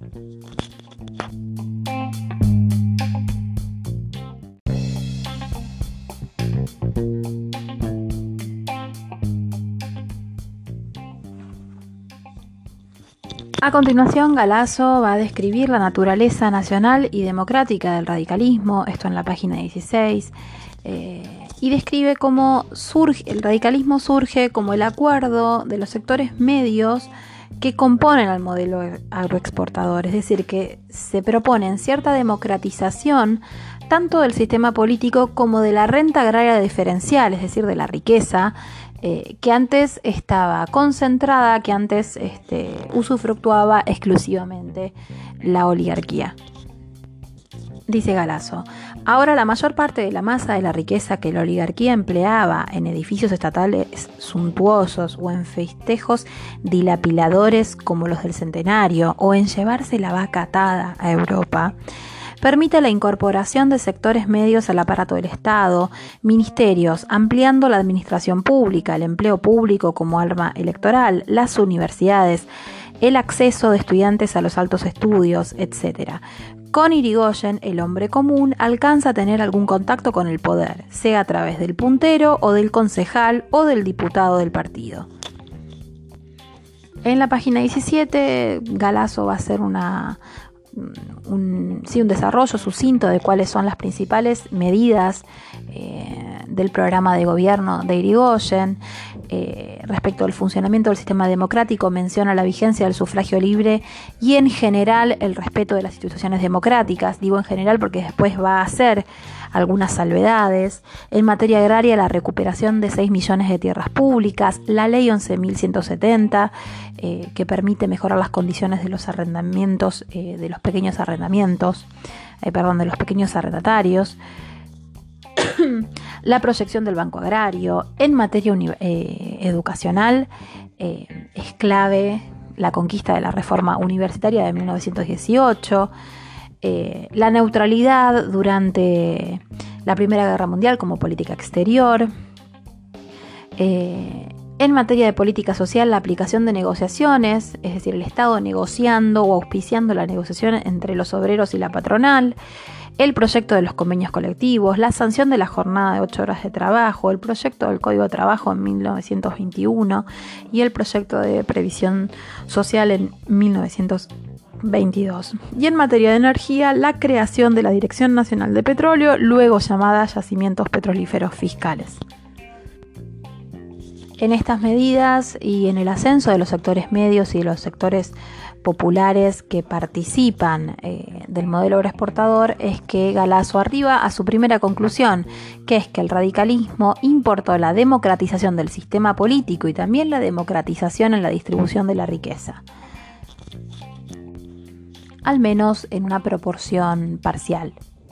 A continuación, Galasso va a describir la naturaleza nacional y democrática del radicalismo, esto en la página dieciséis, eh, y describe cómo surge, el radicalismo surge como el acuerdo de los sectores medios que componen al modelo agroexportador, es decir, que se proponen cierta democratización tanto del sistema político como de la renta agraria diferencial, es decir, de la riqueza, Eh, que antes estaba concentrada, que antes este, usufructuaba exclusivamente la oligarquía. Dice Galasso, ahora la mayor parte de la masa de la riqueza que la oligarquía empleaba en edificios estatales suntuosos o en festejos dilapiladores como los del Centenario o en llevarse la vaca atada a Europa, permite la incorporación de sectores medios al aparato del Estado, ministerios, ampliando la administración pública, el empleo público como arma electoral, las universidades, el acceso de estudiantes a los altos estudios, etcétera. Con Irigoyen, el hombre común alcanza a tener algún contacto con el poder, sea a través del puntero o del concejal o del diputado del partido. En la página diecisiete, Galasso va a hacer una... Un, sí, un desarrollo sucinto de cuáles son las principales medidas eh, del programa de gobierno de Irigoyen. Eh, respecto al funcionamiento del sistema democrático, menciona la vigencia del sufragio libre y en general el respeto de las instituciones democráticas. Digo en general porque después va a hacer algunas salvedades. En materia agraria, la recuperación de seis millones de tierras públicas, la ley once mil ciento setenta, eh, que permite mejorar las condiciones de los arrendamientos, eh, de los pequeños arrendamientos, eh, perdón, de los pequeños arrendatarios. La proyección del Banco Agrario. En materia uni- eh, educacional, eh, es clave la conquista de la reforma universitaria de mil novecientos dieciocho, eh, la neutralidad durante la Primera Guerra Mundial como política exterior. Eh, en materia de política social, la aplicación de negociaciones, es decir, el Estado negociando o auspiciando la negociación entre los obreros y la patronal, el proyecto de los convenios colectivos, la sanción de la jornada de ocho horas de trabajo, el proyecto del Código de Trabajo en mil novecientos veintiuno y el proyecto de previsión social en mil novecientos veintidós. Y en materia de energía, la creación de la Dirección Nacional de Petróleo, luego llamada Yacimientos Petrolíferos Fiscales. En estas medidas y en el ascenso de los sectores medios y de los sectores populares que participan eh, del modelo agroexportador es que Galasso arriba a su primera conclusión, que es que el radicalismo importó la democratización del sistema político y también la democratización en la distribución de la riqueza, al menos en una proporción parcial.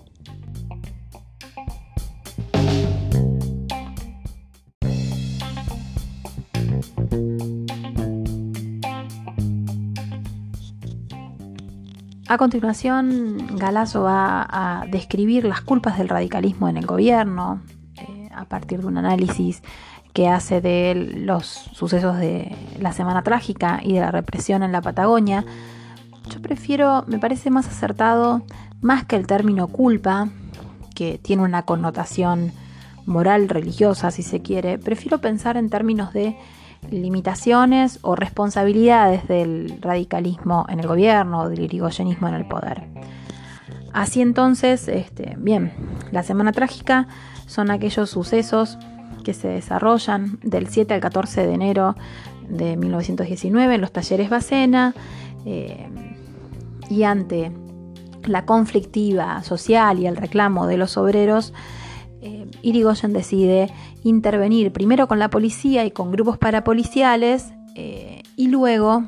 A continuación, Galasso va a describir las culpas del radicalismo en el gobierno, eh, a partir de un análisis que hace de los sucesos de la Semana Trágica y de la represión en la Patagonia. Yo prefiero, me parece más acertado, más que el término culpa, que tiene una connotación moral, religiosa, si se quiere, prefiero pensar en términos de limitaciones o responsabilidades del radicalismo en el gobierno o del irigoyenismo en el poder. Así entonces, este, bien, la Semana Trágica son aquellos sucesos que se desarrollan del siete al catorce de enero de mil novecientos diecinueve en los talleres Bacena, eh, y ante la conflictiva social y el reclamo de los obreros, eh, Irigoyen decide intervenir primero con la policía y con grupos parapoliciales eh, y luego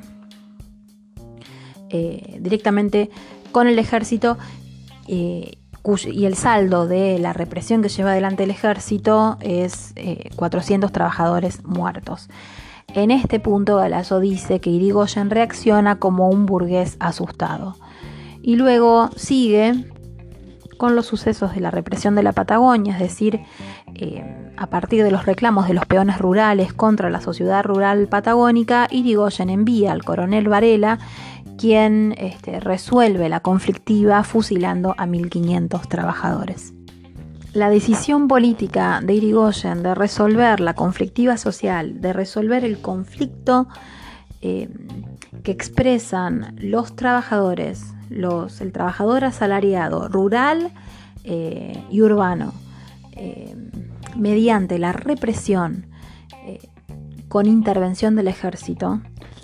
eh, directamente con el ejército, eh, cuyo, y el saldo de la represión que lleva adelante el ejército es eh, cuatrocientos trabajadores muertos. En este punto Galasso dice que Irigoyen reacciona como un burgués asustado y luego sigue con los sucesos de la represión de la Patagonia, es decir, eh, a partir de los reclamos de los peones rurales contra la sociedad rural patagónica, Irigoyen envía al coronel Varela, quien este, resuelve la conflictiva fusilando a mil quinientos trabajadores. La decisión política de Irigoyen de resolver la conflictiva social, de resolver el conflicto eh, que expresan los trabajadores, los, el trabajador asalariado rural eh, y urbano, eh, mediante la represión eh, con intervención del ejército,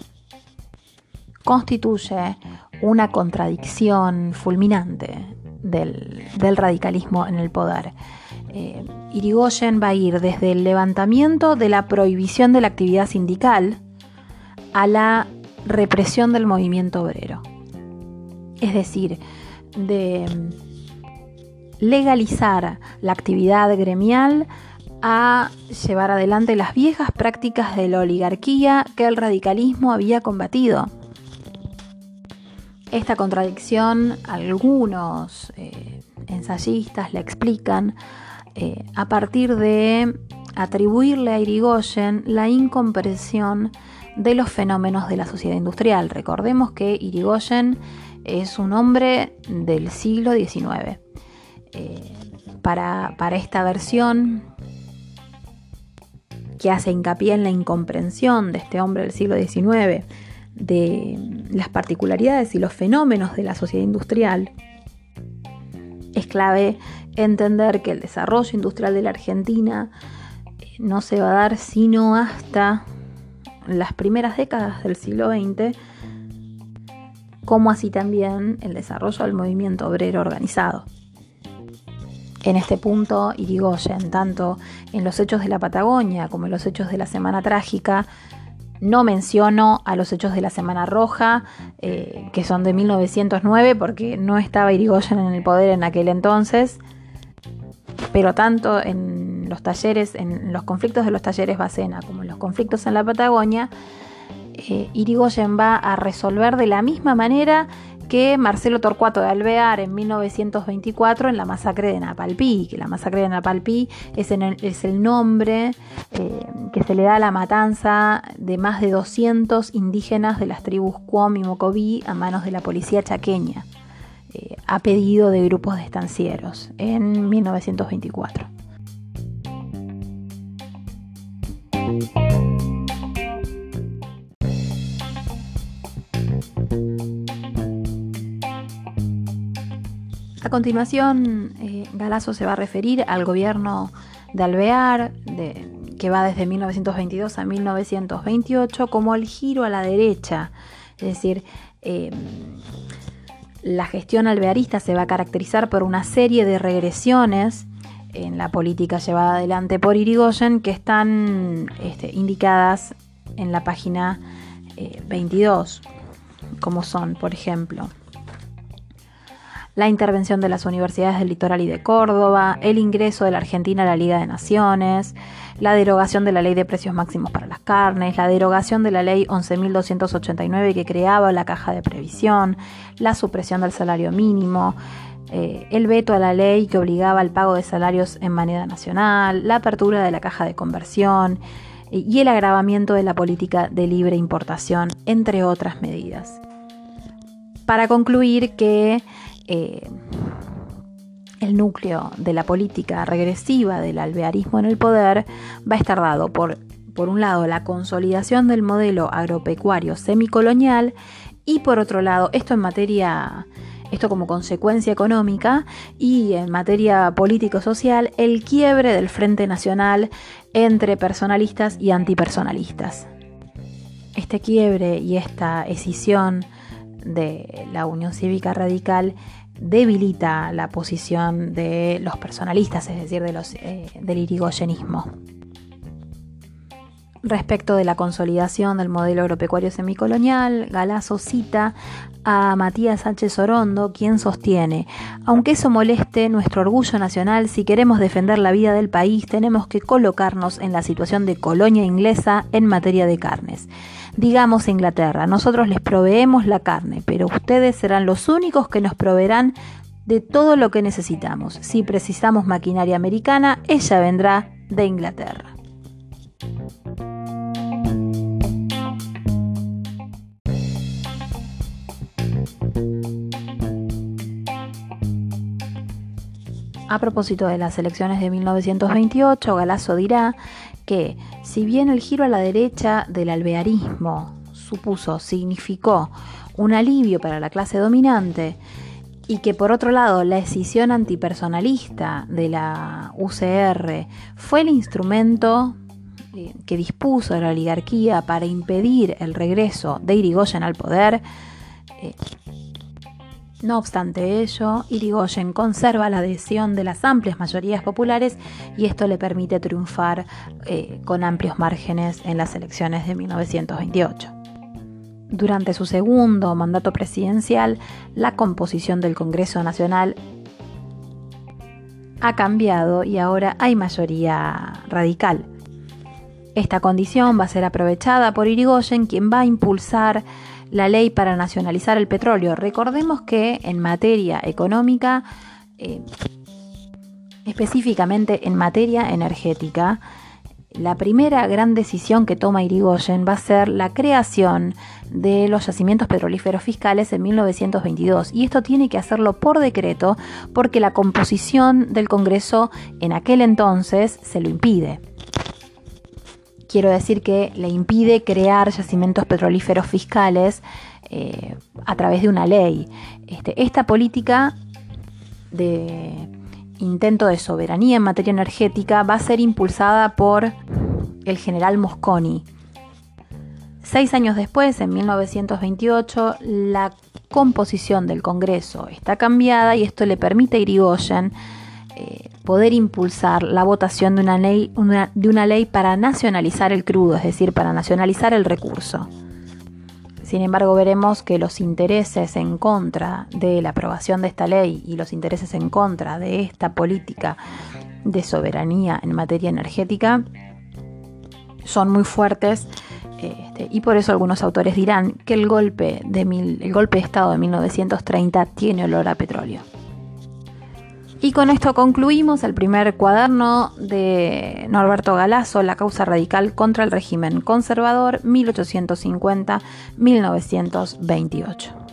constituye una contradicción fulminante del, del radicalismo en el poder. Eh, Irigoyen va a ir desde el levantamiento de la prohibición de la actividad sindical a la represión del movimiento obrero. Es decir, de legalizar la actividad gremial a llevar adelante las viejas prácticas de la oligarquía que el radicalismo había combatido. Esta contradicción, algunos eh, ensayistas la explican eh, a partir de atribuirle a Irigoyen la incomprensión de los fenómenos de la sociedad industrial. Recordemos que Irigoyen es un hombre del siglo diecinueve. Eh, para, para esta versión, que hace hincapié en la incomprensión de este hombre del siglo diecinueve, de las particularidades y los fenómenos de la sociedad industrial, es clave entender que el desarrollo industrial de la Argentina no se va a dar sino hasta las primeras décadas del siglo veinte, como así también el desarrollo del movimiento obrero organizado. En este punto, Irigoyen, tanto en los hechos de la Patagonia como en los hechos de la Semana Trágica, no menciono a los hechos de la Semana Roja, eh, que son de mil novecientos nueve, porque no estaba Irigoyen en el poder en aquel entonces, pero tanto en en los talleres, en los conflictos de los talleres Bacena, como en los conflictos en la Patagonia, eh, Irigoyen va a resolver de la misma manera que Marcelo Torcuato de Alvear en mil novecientos veinticuatro en la masacre de Napalpí, que la masacre de Napalpí es, en el, es el nombre eh, que se le da a la matanza de más de doscientos indígenas de las tribus Cuom y Mocoví a manos de la policía chaqueña, eh, a pedido de grupos de estancieros en mil novecientos veinticuatro. A continuación, eh, Galasso se va a referir al gobierno de Alvear, de, que va desde mil novecientos veintidós a mil novecientos veintiocho, como el giro a la derecha. Es decir, eh, la gestión alvearista se va a caracterizar por una serie de regresiones en la política llevada adelante por Irigoyen que están este, indicadas en la página eh, veintidós, como son, por ejemplo, la intervención de las universidades del Litoral y de Córdoba, el ingreso de la Argentina a la Liga de Naciones, la derogación de la Ley de Precios Máximos para las Carnes, la derogación de la Ley once mil doscientos ochenta y nueve que creaba la Caja de Previsión, la supresión del salario mínimo, eh, el veto a la ley que obligaba al pago de salarios en moneda nacional, la apertura de la Caja de Conversión eh, y el agravamiento de la política de libre importación, entre otras medidas. Para concluir que Eh, el núcleo de la política regresiva del alvearismo en el poder va a estar dado por, por un lado, la consolidación del modelo agropecuario semicolonial y por otro lado, esto en materia, esto como consecuencia económica y en materia político-social, el quiebre del Frente Nacional entre personalistas y antipersonalistas. Este quiebre y esta escisión de la Unión Cívica Radical debilita la posición de los personalistas, es decir, de los, eh, del irigoyenismo. Respecto de la consolidación del modelo agropecuario semicolonial, Galasso cita a Matías Sánchez Orondo, quien sostiene: aunque eso moleste nuestro orgullo nacional, si queremos defender la vida del país, tenemos que colocarnos en la situación de colonia inglesa en materia de carnes. Digamos a Inglaterra, nosotros les proveemos la carne, pero ustedes serán los únicos que nos proveerán de todo lo que necesitamos. Si precisamos maquinaria americana, ella vendrá de Inglaterra. A propósito de las elecciones de mil novecientos veintiocho, Galasso dirá que si bien el giro a la derecha del alvearismo supuso, significó un alivio para la clase dominante y que por otro lado la escisión antipersonalista de la U C R fue el instrumento eh, que dispuso la oligarquía para impedir el regreso de Irigoyen al poder, eh, no obstante ello, Irigoyen conserva la adhesión de las amplias mayorías populares y esto le permite triunfar eh, con amplios márgenes en las elecciones de mil novecientos veintiocho. Durante su segundo mandato presidencial, la composición del Congreso Nacional ha cambiado y ahora hay mayoría radical. Esta condición va a ser aprovechada por Irigoyen, quien va a impulsar la ley para nacionalizar el petróleo. Recordemos que en materia económica, eh, específicamente en materia energética, la primera gran decisión que toma Irigoyen va a ser la creación de los yacimientos petrolíferos fiscales en mil novecientos veintidós. Y esto tiene que hacerlo por decreto porque la composición del Congreso en aquel entonces se lo impide. Quiero decir que le impide crear yacimientos petrolíferos fiscales eh, a través de una ley. Este, esta política de intento de soberanía en materia energética va a ser impulsada por el general Mosconi. Seis años después, en mil novecientos veintiocho, la composición del Congreso está cambiada y esto le permite a Irigoyen Eh, poder impulsar la votación de una ley, una, de una ley para nacionalizar el crudo, es decir, para nacionalizar el recurso. Sin embargo, veremos que los intereses en contra de la aprobación de esta ley y los intereses en contra de esta política de soberanía en materia energética son muy fuertes, este, y por eso algunos autores dirán que el golpe de, mil, el golpe de Estado de mil novecientos treinta tiene olor a petróleo. Y con esto concluimos el primer cuaderno de Norberto Galazo, La causa radical contra el régimen conservador, mil ochocientos cincuenta a mil novecientos veintiocho.